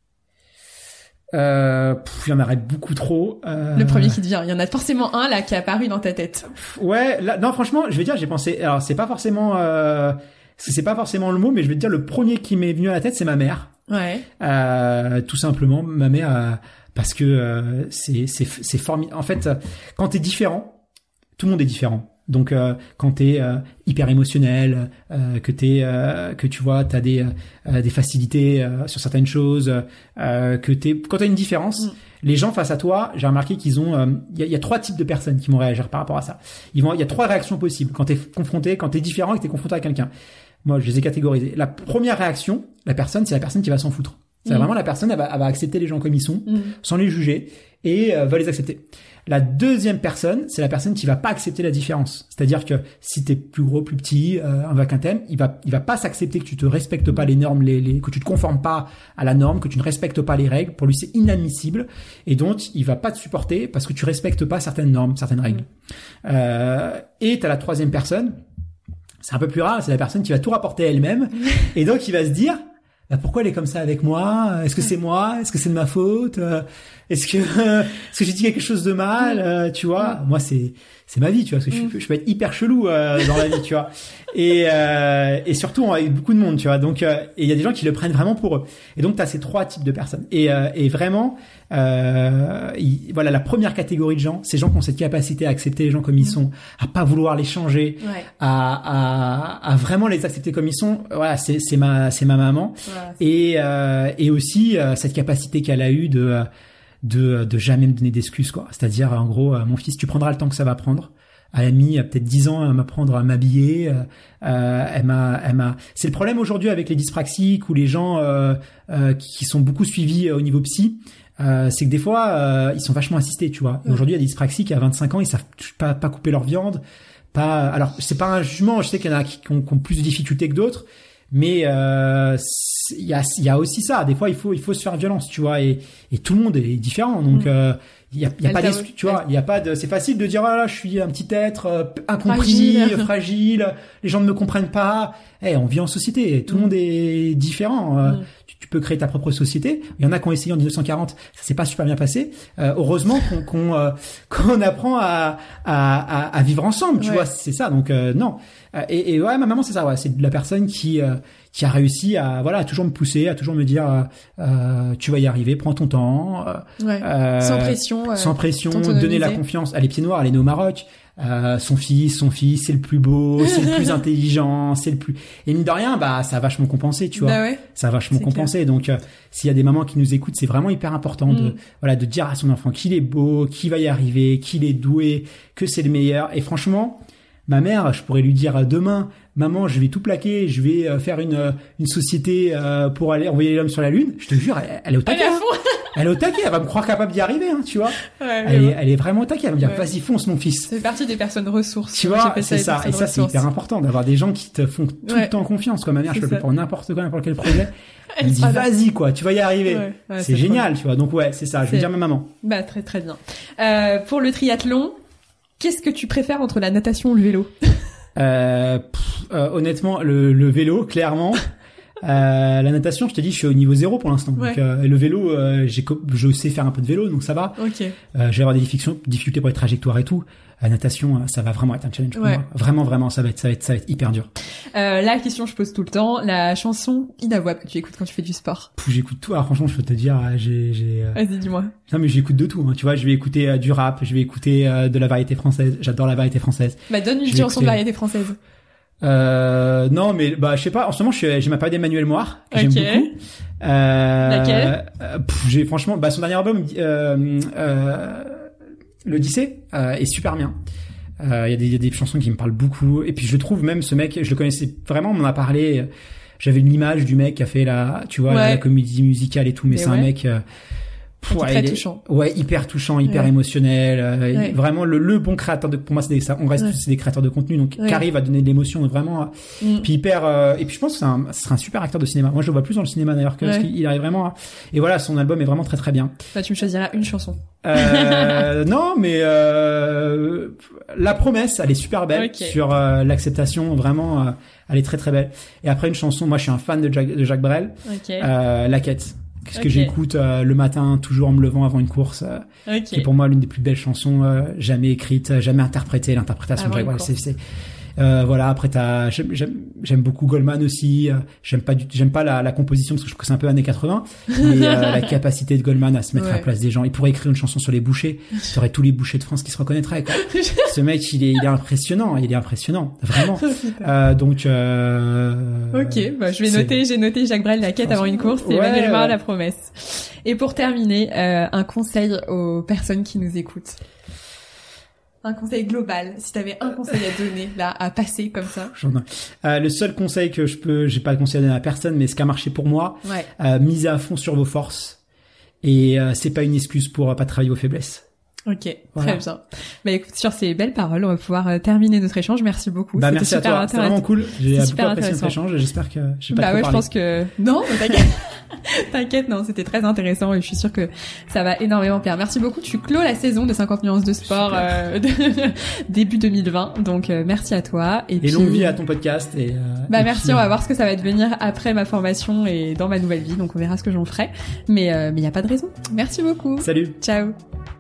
Il y en aurait beaucoup trop. Le premier qui te vient. Il y en a forcément un, là, qui est apparu dans ta tête. Ouais, là, non, franchement, je vais dire, j'ai pensé, alors, c'est pas forcément le mot, mais je vais te dire, le premier qui m'est venu à la tête, c'est ma mère. Tout simplement, ma mère, parce que, c'est formidable. En fait, quand t'es différent, tout le monde est différent. Donc quand t'es hyper émotionnel, que tu vois t'as des facilités sur certaines choses, quand t'as une différence, les gens face à toi, j'ai remarqué qu'ils ont il y a 3 types de personnes qui vont réagir par rapport à ça. Il y a 3 réactions possibles quand t'es différent et que t'es confronté à quelqu'un. Moi, je les ai catégorisées. La première réaction, c'est la personne qui va s'en foutre. C'est vraiment la personne, elle va accepter les gens comme ils sont, sans les juger, et va les accepter. La deuxième personne, c'est la personne qui va pas accepter la différence. C'est-à-dire que si t'es plus gros, plus petit, avec un thème, il va pas s'accepter que tu te respectes pas les normes, que tu te conformes pas à la norme, que tu ne respectes pas les règles. Pour lui, c'est inadmissible. Et donc, il va pas te supporter parce que tu respectes pas certaines normes, certaines règles. Et t'as la troisième personne. C'est un peu plus rare. C'est la personne qui va tout rapporter à elle-même. Et donc, il va se dire, bah, pourquoi elle est comme ça avec moi? Est-ce que c'est moi? Est-ce que c'est de ma faute? Est-ce que j'ai dit quelque chose de mal? Tu vois, moi c'est ma vie, tu vois, parce que je peux être hyper chelou dans la vie, tu vois. Et surtout avec beaucoup de monde, tu vois. Donc et il y a des gens qui le prennent vraiment pour eux. Et donc tu as ces 3 types de personnes. Et vraiment voilà, la première catégorie de gens, ces gens qui ont cette capacité à accepter les gens comme ils sont, à pas vouloir les changer, à vraiment les accepter comme ils sont. Voilà, c'est ma maman. Et aussi cette capacité qu'elle a eue de jamais me donner d'excuses, quoi. C'est-à-dire, en gros, mon fils, tu prendras le temps que ça va prendre. Elle a mis peut-être 10 ans à m'apprendre à m'habiller. C'est le problème aujourd'hui avec les dyspraxiques ou les gens qui sont beaucoup suivis au niveau psy. C'est que des fois, ils sont vachement assistés, tu vois. Et aujourd'hui, il y a des dyspraxiques à 25 ans, ils savent pas couper leur viande. Alors, c'est pas un jugement. Je sais qu'il y en a qui ont plus de difficultés que d'autres. Mais il y a aussi ça. Des fois, il faut se faire violence, tu vois. Et tout le monde est différent. Donc il y a pas d'excuse, tu vois. Il y a pas de. C'est facile de dire, ah là, je suis un petit être incompris, fragile. Les gens ne me comprennent pas. On vit en société. Tout le monde est différent. peux créer ta propre société. Il y en a qui ont essayé en 1940, ça s'est pas super bien passé. Heureusement qu'on apprend à vivre ensemble, tu vois, c'est ça. Donc non. Et ouais, ma maman c'est ça, ouais, c'est de la personne qui a réussi à toujours me pousser, à toujours me dire tu vas y arriver, prends ton temps, sans pression, donner la confiance. Elle est pieds noirs, elle est née au Maroc. Son fils, c'est le plus beau, c'est le plus intelligent, et mine de rien, bah ça a vachement compensé, tu vois. Bah ouais, ça a vachement compensé. Clair. Donc s'il y a des mamans qui nous écoutent, c'est vraiment hyper important de dire à son enfant qu'il est beau, qu'il va y arriver, qu'il est doué, que c'est le meilleur. Et franchement, ma mère, je pourrais lui dire demain, maman, je vais tout plaquer, je vais faire une société pour aller envoyer l'homme sur la lune. Je te jure, elle est au taquet. Elle est au taquet, elle va me croire capable d'y arriver, hein, tu vois. Ouais, elle est vraiment au taquet, elle va me dire vas-y fonce mon fils. Ça fait partie des personnes ressources. Tu vois, c'est ça, et ça c'est hyper important d'avoir des gens qui te font tout le temps confiance. Comme ma mère, je peux pour n'importe quel projet. Elle me dit vas-y quoi, tu vas y arriver. C'est génial, tu vois. Donc ouais, c'est ça, je vais dire à ma maman. Bah très très bien. Pour le triathlon, qu'est-ce que tu préfères entre la natation ou le vélo? Honnêtement, le vélo, clairement. La natation, je te dis, je suis au niveau 0 pour l'instant. Donc, le vélo, je sais faire un peu de vélo, donc ça va. Okay. Je vais avoir des difficultés pour les trajectoires et tout. La natation, ça va vraiment être un challenge pour moi. Vraiment, ça va être hyper dur. La question que je pose tout le temps, la chanson inavouable que tu écoutes quand tu fais du sport. J'écoute tout. Alors, franchement, je peux te dire, Vas-y, dis-moi. Non, mais j'écoute de tout, hein. Tu vois, je vais écouter du rap, je vais écouter de la variété française. J'adore la variété française. Bah, donne une chanson de variété française. Non, mais je sais pas. En ce moment, j'ai ma période Emmanuel Moir que j'aime beaucoup. Laquelle? Franchement, son dernier album, l'Odyssée, est super bien. Il y a des chansons qui me parlent beaucoup. Et puis je trouve même ce mec, je le connaissais vraiment. On m'en a parlé. J'avais une image du mec qui a fait la comédie musicale et tout, mais c'est un mec. Très touchant. Ouais, hyper touchant, hyper émotionnel. Vraiment le bon créateur pour moi, c'est des créateurs de contenu, donc qui arrivent à donner de l'émotion vraiment. Puis hyper. Et puis je pense que ce serait un super acteur de cinéma. Moi, je le vois plus dans le cinéma d'ailleurs parce qu'il arrive vraiment à. Et voilà, son album est vraiment très très bien. Bah, tu me choisiras une chanson. Non, mais La Promesse, elle est super belle sur l'acceptation. Vraiment, elle est très très belle. Et après une chanson, moi, je suis un fan de Jacques Brel. La Quête. Ce que j'écoute le matin, toujours en me levant avant une course, qui est pour moi l'une des plus belles chansons jamais écrites, jamais interprétées. L'interprétation de Jacques Brel, c'est voilà. Après j'aime beaucoup Goldman aussi. J'aime pas la composition parce que je trouve que c'est un peu années 80, mais la capacité de Goldman à se mettre à la place des gens. Il pourrait écrire une chanson sur les bouchers. Il y aurait tous les bouchers de France qui se reconnaîtraient, quoi. Ce mec, il est impressionnant, vraiment. Donc j'ai noté Jacques Brel, La Quête avant une course, et Emmanuel Moir, La Promesse. Et pour terminer, un conseil aux personnes qui nous écoutent. Un conseil global, si t'avais un conseil à donner, là, à passer comme ça. Le seul conseil que j'ai pas de conseil à donner à personne, mais ce qui a marché pour moi, misez à fond sur vos forces. Et c'est pas une excuse pour pas travailler vos faiblesses. Ok, voilà. Très bien. Bah écoute, sur ces belles paroles, on va pouvoir terminer notre échange. Merci beaucoup. Bah merci à toi, c'est vraiment cool. J'ai beaucoup apprécié notre échange. J'espère que j'ai pas trop parlé. Je pense que non, t'inquiète. T'inquiète, non, c'était très intéressant et je suis sûre que ça va énormément plaire. Merci beaucoup. Tu clôt la saison de 50 nuances de sport début 2020. Donc merci à toi et puis longue vie à ton podcast merci, on va voir ce que ça va devenir après ma formation et dans ma nouvelle vie. Donc on verra ce que j'en ferai. Mais il y a pas de raison. Merci beaucoup. Salut. Ciao.